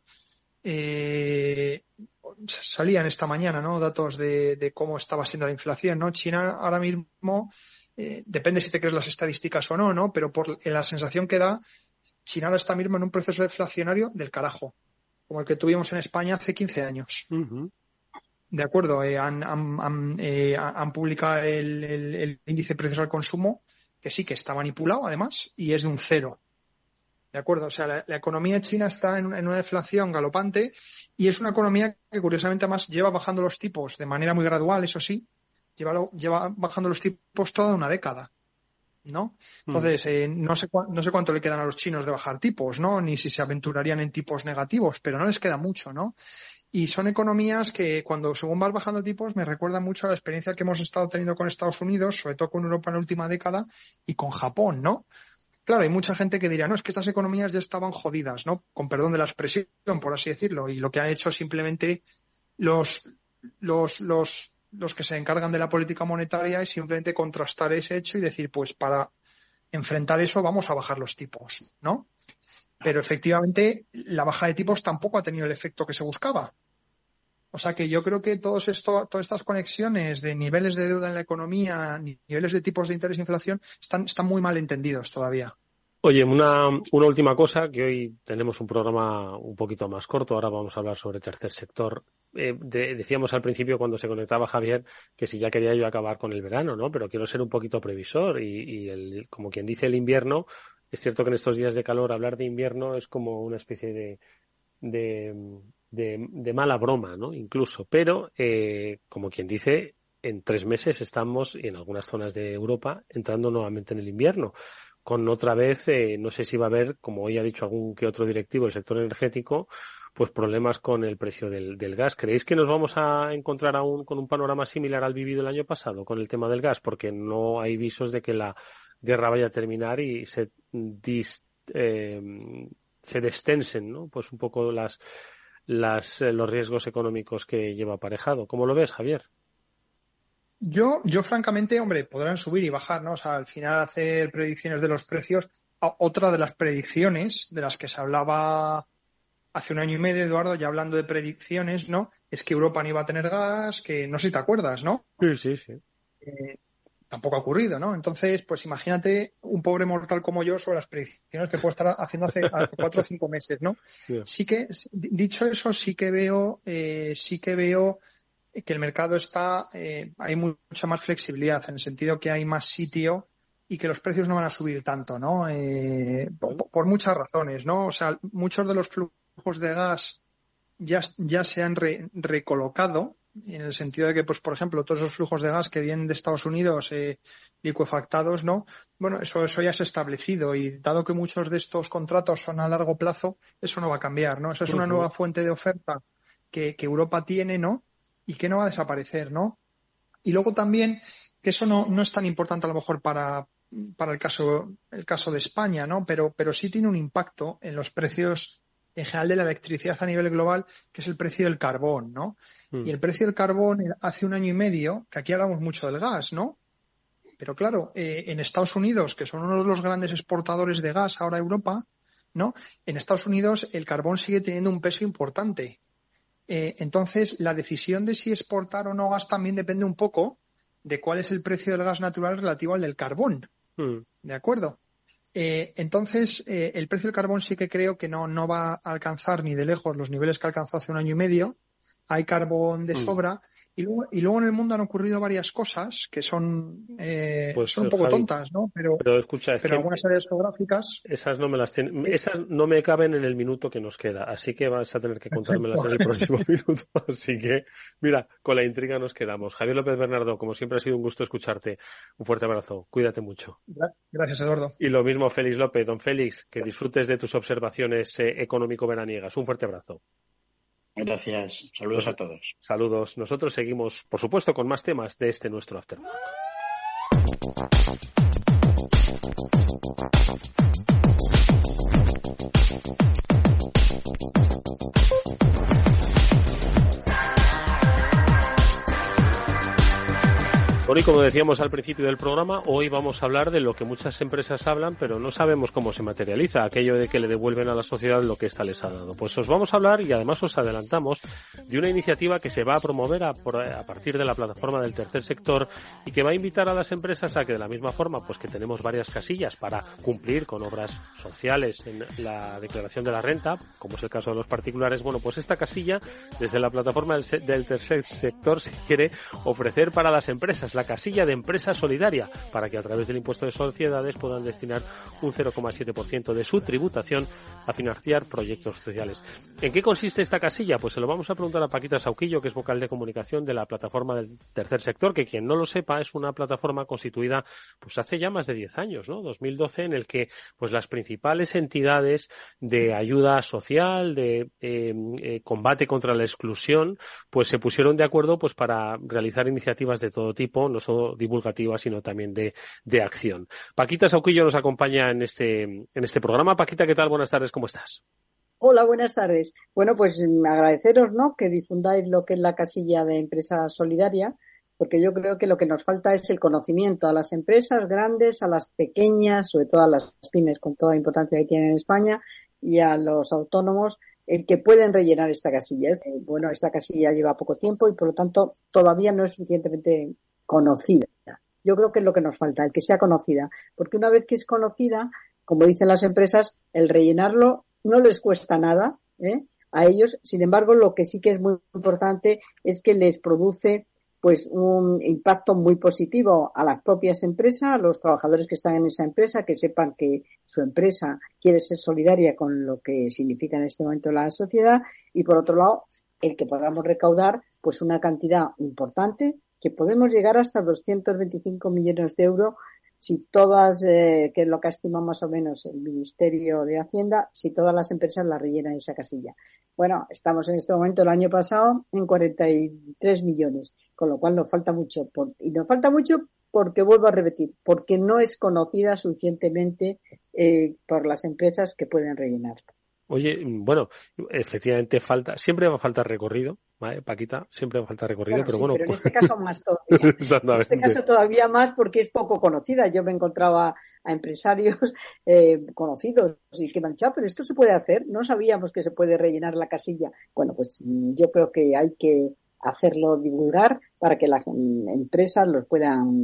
salían esta mañana, ¿no? Datos de cómo estaba siendo la inflación, ¿no? China ahora mismo, depende si te crees las estadísticas o no, ¿no? Pero por la sensación que da, China ahora está mismo en un proceso deflacionario del carajo, como el que tuvimos en España hace 15 años. Uh-huh. De acuerdo, han publicado el índice de precios al consumo, que sí que está manipulado además, y es de un 0. De acuerdo, o sea, la economía china está en una deflación galopante y es una economía que curiosamente además lleva bajando los tipos de manera muy gradual, eso sí, lleva bajando los tipos toda una década, ¿no? Entonces, no sé cuánto le quedan a los chinos de bajar tipos, ¿no? Ni si se aventurarían en tipos negativos, pero no les queda mucho, ¿no? Y son economías que según vas bajando tipos, me recuerdan mucho a la experiencia que hemos estado teniendo con Estados Unidos, sobre todo con Europa en la última década y con Japón, ¿no? Claro, hay mucha gente que dirá, no, es que estas economías ya estaban jodidas, ¿no? Con perdón de la expresión, por así decirlo, y lo que han hecho simplemente los que se encargan de la política monetaria es simplemente contrastar ese hecho y decir, pues para enfrentar eso vamos a bajar los tipos, ¿no? Pero efectivamente la baja de tipos tampoco ha tenido el efecto que se buscaba. O sea que yo creo que todas estas conexiones de niveles de deuda en la economía, niveles de tipos de interés e inflación están muy mal entendidos todavía. Oye, una última cosa, que hoy tenemos un programa un poquito más corto, ahora vamos a hablar sobre tercer sector. Decíamos al principio cuando se conectaba Javier que si ya quería yo acabar con el verano, ¿no? Pero quiero ser un poquito previsor y como quien dice el invierno, es cierto que en estos días de calor hablar de invierno es como una especie de mala broma, ¿no? Incluso, pero como quien dice, en 3 meses estamos, y en algunas zonas de Europa, entrando nuevamente en el invierno, con otra vez, no sé si va a haber, como hoy ha dicho algún que otro directivo del sector energético, pues problemas con el precio del gas. ¿Creéis que nos vamos a encontrar aún con un panorama similar al vivido el año pasado con el tema del gas? Porque no hay visos de que la guerra vaya a terminar y se destensen, ¿no? Pues un poco los riesgos económicos que lleva aparejado. ¿Cómo lo ves, Javier? Yo francamente, hombre, podrán subir y bajar, ¿no? O sea, al final hacer predicciones de los precios. Otra de las predicciones de las que se hablaba hace un año y medio, Eduardo, ya hablando de predicciones, ¿no? Es que Europa no iba a tener gas, que no sé si te acuerdas, ¿no? Sí. Tampoco ha ocurrido, ¿no? Entonces, pues imagínate un pobre mortal como yo sobre las predicciones que puedo estar haciendo hace 4 o 5 meses, ¿no? Yeah. Sí que, dicho eso, sí que veo que el mercado hay mucha más flexibilidad, en el sentido que hay más sitio y que los precios no van a subir tanto, ¿no? Por muchas razones, ¿no? O sea, muchos de los flujos de gas ya se han recolocado, en el sentido de que, pues, por ejemplo, todos esos flujos de gas que vienen de Estados Unidos, licuefactados, ¿no? Bueno, eso ya se ha establecido, y dado que muchos de estos contratos son a largo plazo, eso no va a cambiar, ¿no? Esa es una nueva fuente de oferta que Europa tiene, ¿no? Y que no va a desaparecer, ¿no? Y luego también, que eso no es tan importante a lo mejor para el caso de España, ¿no? Pero sí tiene un impacto en los precios en general de la electricidad a nivel global, que es el precio del carbón, ¿no? Y el precio del carbón hace un año y medio, que aquí hablamos mucho del gas, ¿no? Pero claro, en Estados Unidos, que son uno de los grandes exportadores de gas ahora a Europa, ¿no? En Estados Unidos el carbón sigue teniendo un peso importante. Entonces, la decisión de si exportar o no gas también depende un poco de cuál es el precio del gas natural relativo al del carbón. ¿De acuerdo? Entonces, el precio del carbón sí que creo que no va a alcanzar ni de lejos los niveles que alcanzó hace un año y medio. Hay carbón de sobra. Y luego en el mundo han ocurrido varias cosas que son un poco Javi, tontas, ¿no? Pero escucha, es que algunas áreas geográficas... Esas no me caben en el minuto que nos queda, así que vas a tener que contármelas en el próximo minuto. Así que, mira, con la intriga nos quedamos. Javier López Bernardo, como siempre ha sido un gusto escucharte. Un fuerte abrazo. Cuídate mucho. Gracias, Eduardo. Y lo mismo, Félix López. Don Félix, que disfrutes de tus observaciones económico-veraniegas. Un fuerte abrazo. Gracias. Saludos a todos. Saludos. Nosotros seguimos, por supuesto, con más temas de este nuestro After. Bueno, y como decíamos al principio del programa, hoy vamos a hablar de lo que muchas empresas hablan, pero no sabemos cómo se materializa, aquello de que le devuelven a la sociedad lo que ésta les ha dado. Pues os vamos a hablar, y además os adelantamos, de una iniciativa que se va a promover a partir de la plataforma del tercer sector, y que va a invitar a las empresas a que, de la misma forma pues que tenemos varias casillas para cumplir con obras sociales en la declaración de la renta, como es el caso de los particulares, bueno, pues esta casilla, desde la plataforma del tercer sector, se quiere ofrecer para las empresas, la casilla de empresa solidaria, para que a través del impuesto de sociedades puedan destinar un 0,7% de su tributación a financiar proyectos sociales. ¿En qué consiste esta casilla? Pues se lo vamos a preguntar a Paquita Sauquillo, que es vocal de comunicación de la plataforma del tercer sector, que quien no lo sepa es una plataforma constituida pues hace ya más de 10 años, ¿no? 2012, en el que pues las principales entidades de ayuda social, de combate contra la exclusión, pues se pusieron de acuerdo pues para realizar iniciativas de todo tipo, no solo divulgativas, sino también de acción. Paquita Sauquillo nos acompaña en este programa. Paquita, ¿qué tal? Buenas tardes, ¿cómo estás? Hola, buenas tardes. Bueno, pues agradeceros, ¿no?, que difundáis lo que es la casilla de empresa solidaria, porque yo creo que lo que nos falta es el conocimiento a las empresas grandes, a las pequeñas, sobre todo a las pymes con toda la importancia que tienen en España, y a los autónomos, el que pueden rellenar esta casilla. Bueno, esta casilla lleva poco tiempo y por lo tanto todavía no es suficientemente conocida. Yo creo que es lo que nos falta, el que sea conocida, porque una vez que es conocida, como dicen las empresas, el rellenarlo no les cuesta nada, a ellos. Sin embargo, lo que sí que es muy importante es que les produce pues un impacto muy positivo a las propias empresas, a los trabajadores que están en esa empresa, que sepan que su empresa quiere ser solidaria con lo que significa en este momento la sociedad, y por otro lado, el que podamos recaudar pues una cantidad importante, que podemos llegar hasta 225 millones de euros si todas, que es lo que estima más o menos el Ministerio de Hacienda, si todas las empresas la rellenan esa casilla. Bueno, estamos en este momento, el año pasado, en 43 millones, con lo cual nos falta mucho. Y nos falta mucho porque, vuelvo a repetir, porque no es conocida suficientemente por las empresas que pueden rellenar. Oye, bueno, efectivamente siempre va a faltar recorrido, ¿vale, Paquita? Siempre va a faltar recorrido, pero sí, bueno. Pero en este caso más todavía. Exactamente. En este caso todavía más porque es poco conocida. Yo me encontraba a empresarios conocidos y que me han dicho, pero esto se puede hacer. No sabíamos que se puede rellenar la casilla. Bueno, pues yo creo que hay que hacerlo divulgar para que las empresas los puedan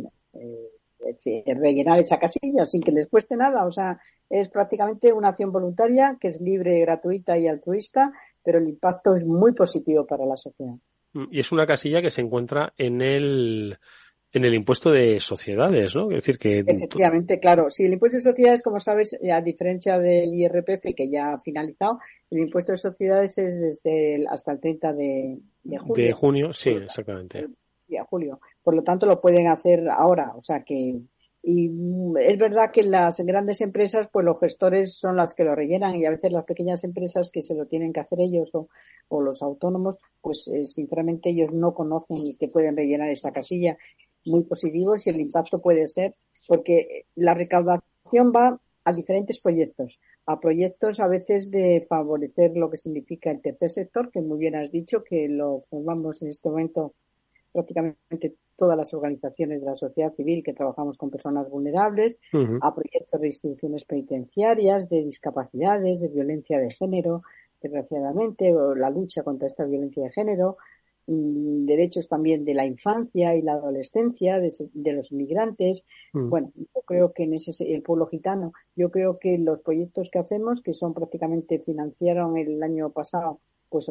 rellenar esa casilla sin que les cueste nada. O sea, es prácticamente una acción voluntaria que es libre, gratuita y altruista, pero el impacto es muy positivo para la sociedad. Y es una casilla que se encuentra en el impuesto de sociedades, ¿no? Es decir, que... Efectivamente, claro. Sí, el impuesto de sociedades, como sabes, a diferencia del IRPF, que ya ha finalizado, el impuesto de sociedades es hasta el 30 de junio. De junio, sí, exactamente. A julio. Por lo tanto, lo pueden hacer ahora. O sea que... Y es verdad que las grandes empresas, pues los gestores son las que lo rellenan y a veces las pequeñas empresas que se lo tienen que hacer ellos o los autónomos, pues sinceramente ellos no conocen que pueden rellenar esa casilla. Muy positivos y el impacto puede ser porque la recaudación va a diferentes proyectos, a proyectos a veces de favorecer lo que significa el tercer sector, que muy bien has dicho que lo formamos en este momento prácticamente todas las organizaciones de la sociedad civil que trabajamos con personas vulnerables, a proyectos de instituciones penitenciarias, de discapacidades, de violencia de género, desgraciadamente, o la lucha contra esta violencia de género, derechos también de la infancia y la adolescencia, de los inmigrantes. Bueno, yo creo que en el pueblo gitano, yo creo que los proyectos que hacemos, que son prácticamente financiaron el año pasado, pues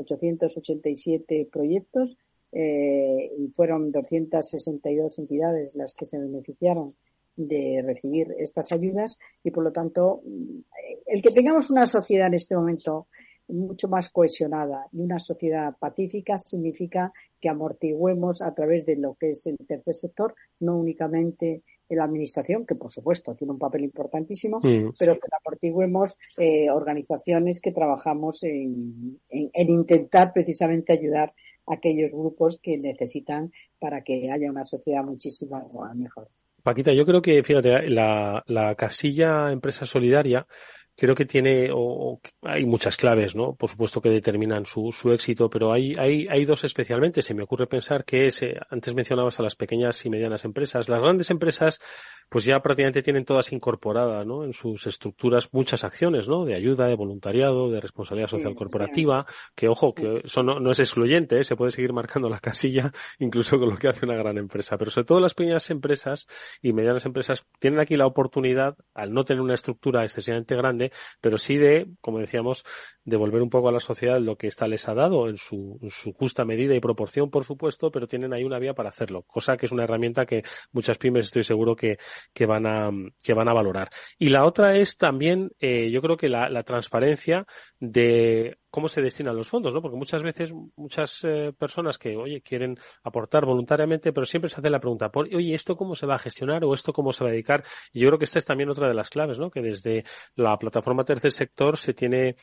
887 proyectos, y fueron 262 entidades las que se beneficiaron de recibir estas ayudas y por lo tanto el que tengamos una sociedad en este momento mucho más cohesionada y una sociedad pacífica significa que amortiguemos a través de lo que es el tercer sector, no únicamente en la administración, que por supuesto tiene un papel importantísimo, pero que amortiguemos organizaciones que trabajamos en intentar precisamente ayudar a aquellos grupos que necesitan para que haya una sociedad muchísimo mejor. Paquita, yo creo que, fíjate, la casilla empresa solidaria creo que tiene, hay muchas claves, ¿no? Por supuesto que determinan su éxito, pero hay dos especialmente. Se me ocurre pensar que antes mencionabas a las pequeñas y medianas empresas. Las grandes empresas, pues ya prácticamente tienen todas incorporadas, ¿no? En sus estructuras muchas acciones, ¿no? De ayuda, de voluntariado, de responsabilidad social corporativa, que ojo, que eso no es excluyente, ¿eh? Se puede seguir marcando la casilla incluso con lo que hace una gran empresa. Pero sobre todo las pequeñas empresas y medianas empresas tienen aquí la oportunidad, al no tener una estructura excesivamente grande, pero sí de, como decíamos, devolver un poco a la sociedad lo que ésta les ha dado en su justa medida y proporción, por supuesto, pero tienen ahí una vía para hacerlo, cosa que es una herramienta que muchas pymes estoy seguro que van a valorar. Y la otra es también, yo creo que la transparencia de cómo se destinan los fondos, ¿no? Porque muchas veces, muchas personas que, oye, quieren aportar voluntariamente, pero siempre se hace la pregunta, oye, ¿esto cómo se va a gestionar o esto cómo se va a dedicar? Y yo creo que esta es también otra de las claves, ¿no? Que desde la plataforma Tercer Sector se tiene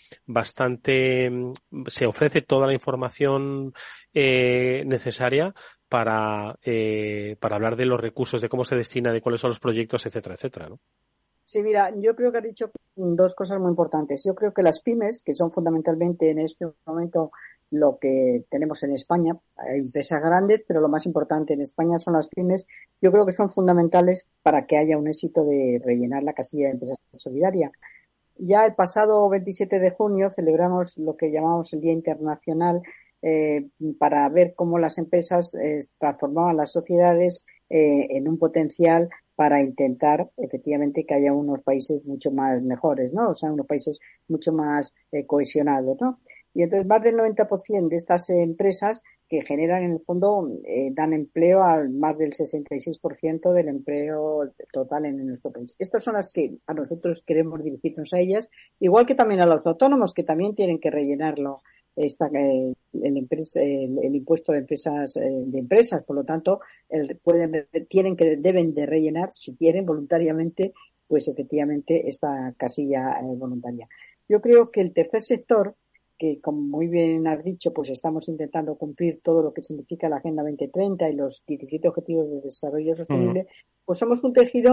se ofrece toda la información necesaria para hablar de los recursos, de cómo se destina, de cuáles son los proyectos, etcétera, etcétera, ¿no? Sí, mira, yo creo que has dicho dos cosas muy importantes. Yo creo que las pymes, que son fundamentalmente en este momento lo que tenemos en España, hay empresas grandes, pero lo más importante en España son las pymes, yo creo que son fundamentales para que haya un éxito de rellenar la casilla de empresa solidaria. Ya el pasado 27 de junio celebramos lo que llamamos el Día Internacional para ver cómo las empresas transformaban las sociedades en un potencial para intentar efectivamente que haya unos países mucho más mejores, ¿no? O sea, unos países mucho más cohesionados, ¿no? Y entonces más del 90% de estas empresas que generan en el fondo dan empleo a más del 66% del empleo total en nuestro país. Estas son las que a nosotros queremos dirigirnos a ellas, igual que también a los autónomos que también tienen que rellenarlo el impuesto de empresas, por lo tanto deben de rellenar si quieren voluntariamente, pues efectivamente esta casilla voluntaria. Yo creo que el tercer sector, que como muy bien has dicho, pues estamos intentando cumplir todo lo que significa la Agenda 2030 y los 17 Objetivos de Desarrollo Sostenible, pues somos un tejido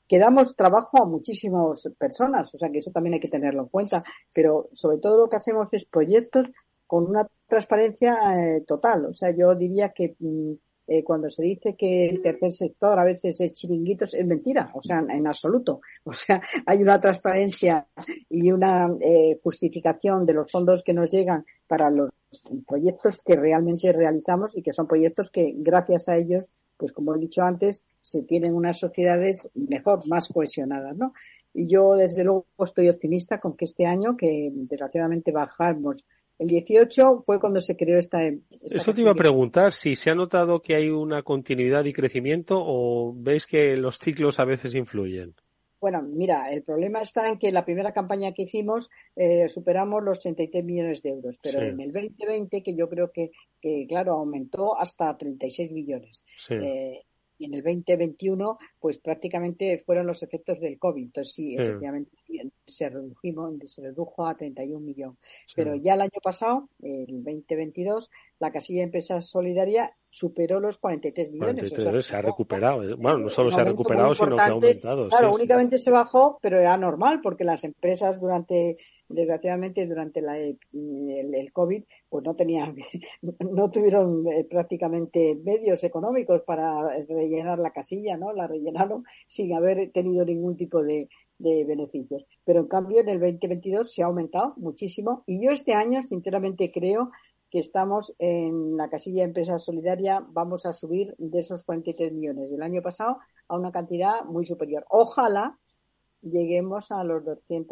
que damos trabajo a muchísimas personas, o sea que eso también hay que tenerlo en cuenta, pero sobre todo lo que hacemos es proyectos con una transparencia total. O sea, yo diría que cuando se dice que el tercer sector a veces es chiringuitos, es mentira, o sea, en absoluto. O sea, hay una transparencia y una justificación de los fondos que nos llegan para los proyectos que realmente realizamos y que son proyectos que, gracias a ellos, pues como he dicho antes, se tienen unas sociedades mejor, más cohesionadas, ¿no? Y yo, desde luego, estoy optimista con que este año, que desgraciadamente bajamos el 18, fue cuando se creó esta Eso te iba a preguntar, si se ha notado que hay una continuidad y crecimiento o veis que los ciclos a veces influyen. Bueno, mira, el problema está en que la primera campaña que hicimos superamos los 33 millones de euros, pero Sí. en el 2020, que yo creo que claro, aumentó hasta 36 millones. Sí. Y en el 2021, pues prácticamente fueron los efectos del COVID. Entonces sí, efectivamente se redujo a 31 millones. Sí. Pero ya el año pasado, el 2022, la casilla de empresa solidaria superó los 43 millones. 43, o sea, se ha recuperado. Bueno, no solo se ha aumento recuperado, muy sino que ha importante. aumentado. Claro, sí, únicamente se bajó, pero era normal, porque las empresas desgraciadamente, durante el COVID, pues no tuvieron prácticamente medios económicos para rellenar la casilla, ¿no? La rellenaron sin haber tenido ningún tipo de beneficios. Pero en cambio, en el 2022 se ha aumentado muchísimo, y yo este año, sinceramente, creo que estamos en la casilla de empresa solidaria, vamos a subir de esos 43 millones del año pasado a una cantidad muy superior. Ojalá lleguemos a los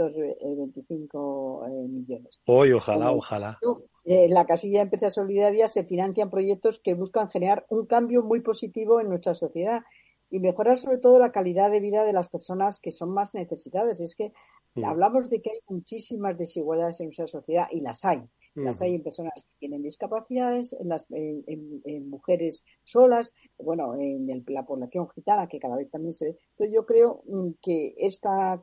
225 millones. Hoy, ojalá. La casilla de empresa solidaria se financian proyectos que buscan generar un cambio muy positivo en nuestra sociedad y mejorar sobre todo la calidad de vida de las personas que son más necesitadas. Es que hablamos de que hay muchísimas desigualdades en nuestra sociedad, y las hay. Las hay en personas que tienen discapacidades, en mujeres solas, bueno, en la población gitana, que cada vez también se ve. Entonces yo creo que esta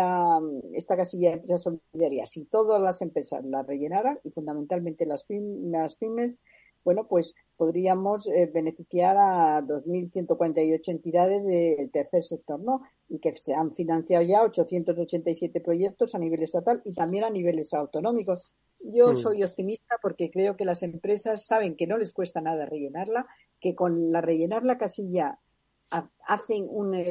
casilla de empresas solidarias, si todas las empresas la rellenaran, y fundamentalmente las pymes, bueno, pues podríamos beneficiar a 2.148 entidades del tercer sector, ¿no? Y que se han financiado ya 887 proyectos a nivel estatal y también a niveles autonómicos. Yo soy optimista porque creo que las empresas saben que no les cuesta nada rellenarla, que con rellenar la casilla hacen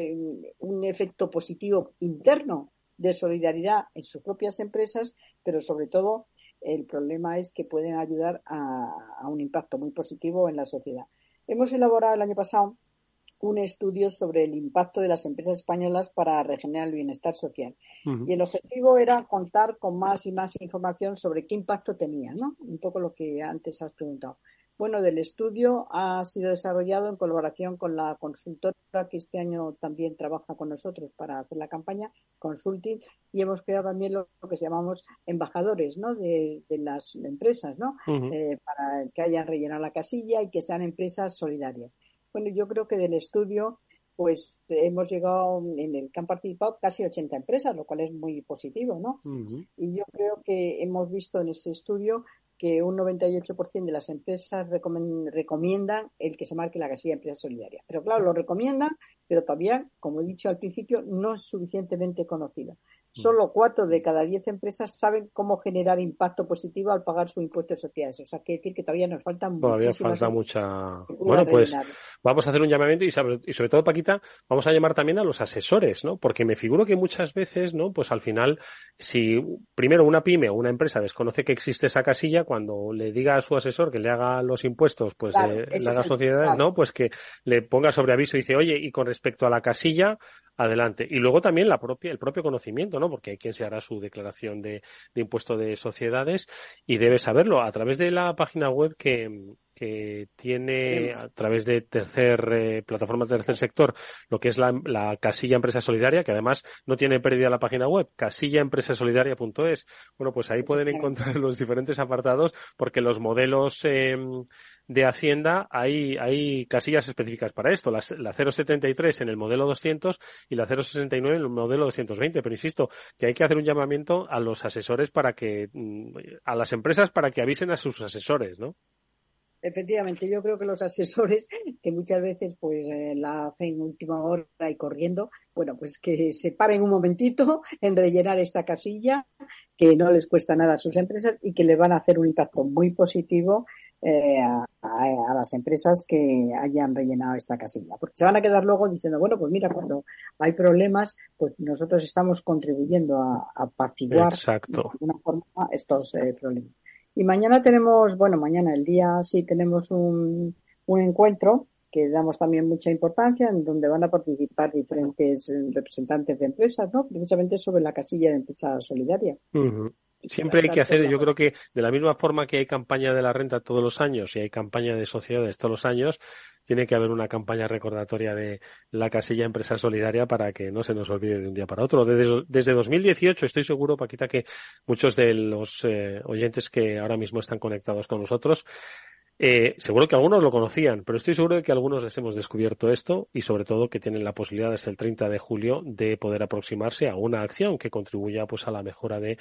un efecto positivo interno de solidaridad en sus propias empresas, pero sobre todo el problema es que pueden ayudar a un impacto muy positivo en la sociedad. Hemos elaborado el año pasado un estudio sobre el impacto de las empresas españolas para regenerar el bienestar social. Y el objetivo era contar con más y más información sobre qué impacto tenía, ¿no? Un poco lo que antes has preguntado. Bueno, del estudio ha sido desarrollado en colaboración con la consultora que este año también trabaja con nosotros para hacer la campaña, Consulting, y hemos creado también lo que llamamos embajadores, ¿no? de las empresas, ¿no? Para que hayan rellenado la casilla y que sean empresas solidarias. Bueno, yo creo que del estudio pues hemos llegado, en el que han participado casi 80 empresas, lo cual es muy positivo, ¿no? Y yo creo que hemos visto en ese estudio que un 98% de las empresas recomiendan el que se marque la casilla de empresa solidaria. Pero claro, lo recomiendan, pero todavía, como he dicho al principio, no es suficientemente conocido. Solo 4 de cada 10 empresas saben cómo generar impacto positivo al pagar su impuesto de sociedades. O sea, quiere decir que todavía nos faltan muchísimas. Todavía falta mucha. Bueno, pues vamos a hacer un llamamiento y sobre todo, Paquita, vamos a llamar también a los asesores, ¿no? Porque me figuro que muchas veces, ¿no? Pues al final, si primero una pyme o una empresa desconoce que existe esa casilla, cuando le diga a su asesor que le haga los impuestos, pues claro, le haga sociedades, ¿no? Pues que le ponga sobre aviso y dice, oye, y con respecto a la casilla, adelante. Y luego también el propio conocimiento, ¿no? Porque hay quien se hará su declaración de impuesto de sociedades y debe saberlo a través de la página web que tiene a través de plataformas de tercer sector, lo que es la casilla empresa solidaria, que además no tiene pérdida la página web, casillaempresasolidaria.es. Bueno, pues ahí pueden encontrar los diferentes apartados, porque los modelos de Hacienda hay casillas específicas para esto, la 073 en el modelo 200 y la 069 en el modelo 220, pero insisto que hay que hacer un llamamiento a los asesores a las empresas para que avisen a sus asesores, ¿no? Efectivamente, yo creo que los asesores, que muchas veces pues la hacen última hora y corriendo, bueno, pues que se paren un momentito en rellenar esta casilla, que no les cuesta nada a sus empresas y que les van a hacer un impacto muy positivo a las empresas que hayan rellenado esta casilla. Porque se van a quedar luego diciendo, bueno, pues mira, cuando hay problemas, pues nosotros estamos contribuyendo a apaciguar de alguna forma estos problemas. Y mañana tenemos, mañana el día sí tenemos un encuentro que damos también mucha importancia, en donde van a participar diferentes representantes de empresas, ¿no? Precisamente sobre la casilla de empresa solidaria. Uh-huh. Siempre hay que hacer, yo creo que de la misma forma que hay campaña de la renta todos los años y hay campaña de sociedades todos los años, tiene que haber una campaña recordatoria de la casilla Empresa Solidaria para que no se nos olvide de un día para otro. Desde 2018 estoy seguro, Paquita, que muchos de los oyentes que ahora mismo están conectados con nosotros, seguro que algunos lo conocían, pero estoy seguro de que algunos les hemos descubierto esto y sobre todo que tienen la posibilidad desde el 30 de julio de poder aproximarse a una acción que contribuya pues a la mejora de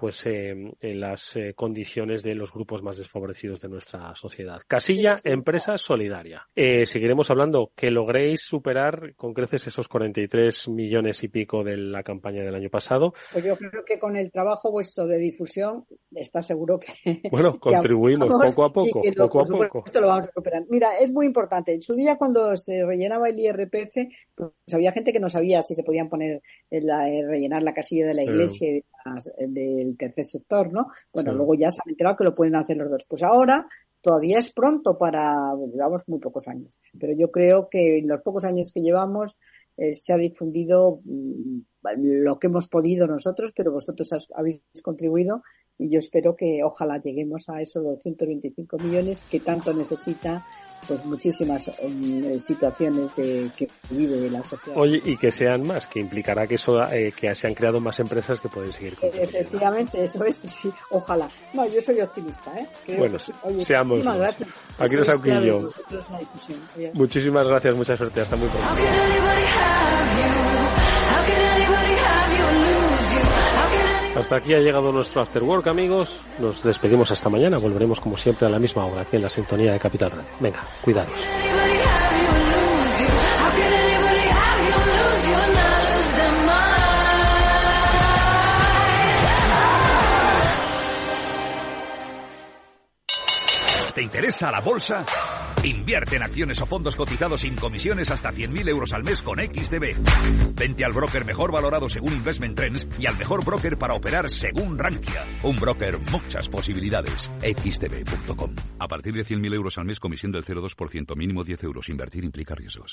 las condiciones de los grupos más desfavorecidos de nuestra sociedad. Casilla Empresa Solidaria. Seguiremos hablando, que logréis superar con creces esos 43 millones y pico de la campaña del año pasado. Pues yo creo que con el trabajo vuestro de difusión está seguro que... Bueno, contribuimos poco a poco, Esto lo vamos a superar. Mira, es muy importante. En su día, cuando se rellenaba el IRPF, pues había gente que no sabía si se podían poner rellenar la casilla de la iglesia y del tercer sector, ¿no? Bueno, luego ya se han enterado que lo pueden hacer los dos. Pues ahora todavía es pronto llevamos muy pocos años. Pero yo creo que en los pocos años que llevamos se ha difundido lo que hemos podido nosotros, pero vosotros habéis contribuido y yo espero que ojalá lleguemos a esos 225 millones que tanto necesita pues muchísimas situaciones que vive la sociedad. Oye, y que sean más, que implicará que que se han creado más empresas que pueden seguir contribuyendo. Efectivamente, eso es, sí, ojalá. No, yo soy optimista, ¿eh? Bueno, seamos. Aquí nos Auquillo. Muchísimas gracias, mucha suerte, hasta muy pronto. Hasta aquí ha llegado nuestro After Work, amigos. Nos despedimos hasta mañana. Volveremos como siempre a la misma hora aquí en la sintonía de Capital Radio. Venga, cuidados. ¿Te interesa la bolsa? Invierte en acciones o fondos cotizados sin comisiones hasta 100.000 euros al mes con XTB. Vente al broker mejor valorado según Investment Trends y al mejor broker para operar según Rankia. Un broker, muchas posibilidades. XTB.com. A partir de 100.000 euros al mes, comisión del 0,2%, mínimo 10 euros. Invertir implica riesgos.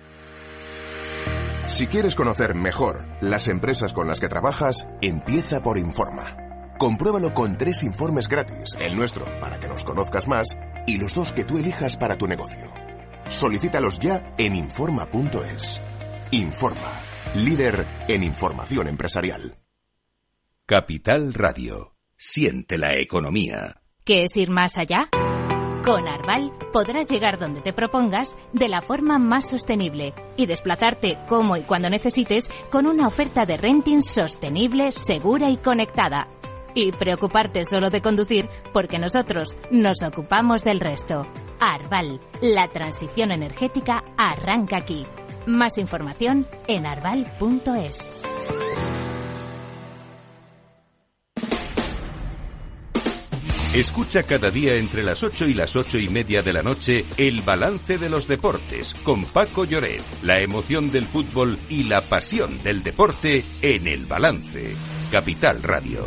Si quieres conocer mejor las empresas con las que trabajas, empieza por Informa. Compruébalo con 3 informes gratis, el nuestro para que nos conozcas más y los 2 que tú elijas para tu negocio. Solicítalos ya en Informa.es. Informa, líder en información empresarial. Capital Radio. Siente la economía. ¿Qué es ir más allá? Con Arval podrás llegar donde te propongas de la forma más sostenible y desplazarte como y cuando necesites con una oferta de renting sostenible, segura y conectada. Y preocuparte solo de conducir porque nosotros nos ocupamos del resto. Arval, la transición energética arranca aquí. Más información en arval.es. Escucha cada día entre las 8 y las 8:30 de la noche el balance de los deportes con Paco Lloret. La emoción del fútbol y la pasión del deporte en El Balance. Capital Radio.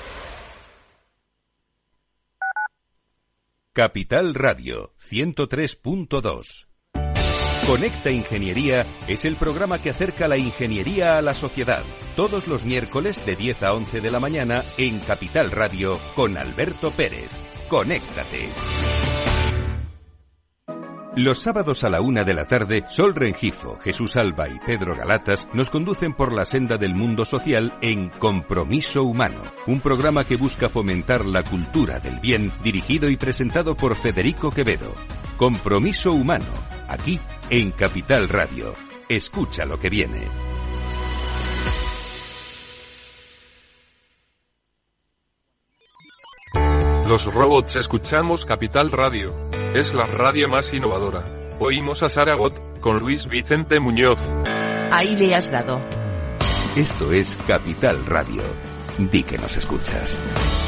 Capital Radio 103.2. Conecta Ingeniería es el programa que acerca la ingeniería a la sociedad. Todos los miércoles de 10 a 11 de la mañana en Capital Radio con Alberto Pérez. Conéctate. Los sábados a la 1 de la tarde, Sol Rengifo, Jesús Alba y Pedro Galatas nos conducen por la senda del mundo social en Compromiso Humano, un programa que busca fomentar la cultura del bien, dirigido y presentado por Federico Quevedo. Compromiso Humano, aquí en Capital Radio. Escucha lo que viene. Los robots escuchamos Capital Radio. es la radio más innovadora. Oímos a Saragot, con Luis Vicente Muñoz. Ahí le has dado. Esto es Capital Radio. Di que nos escuchas.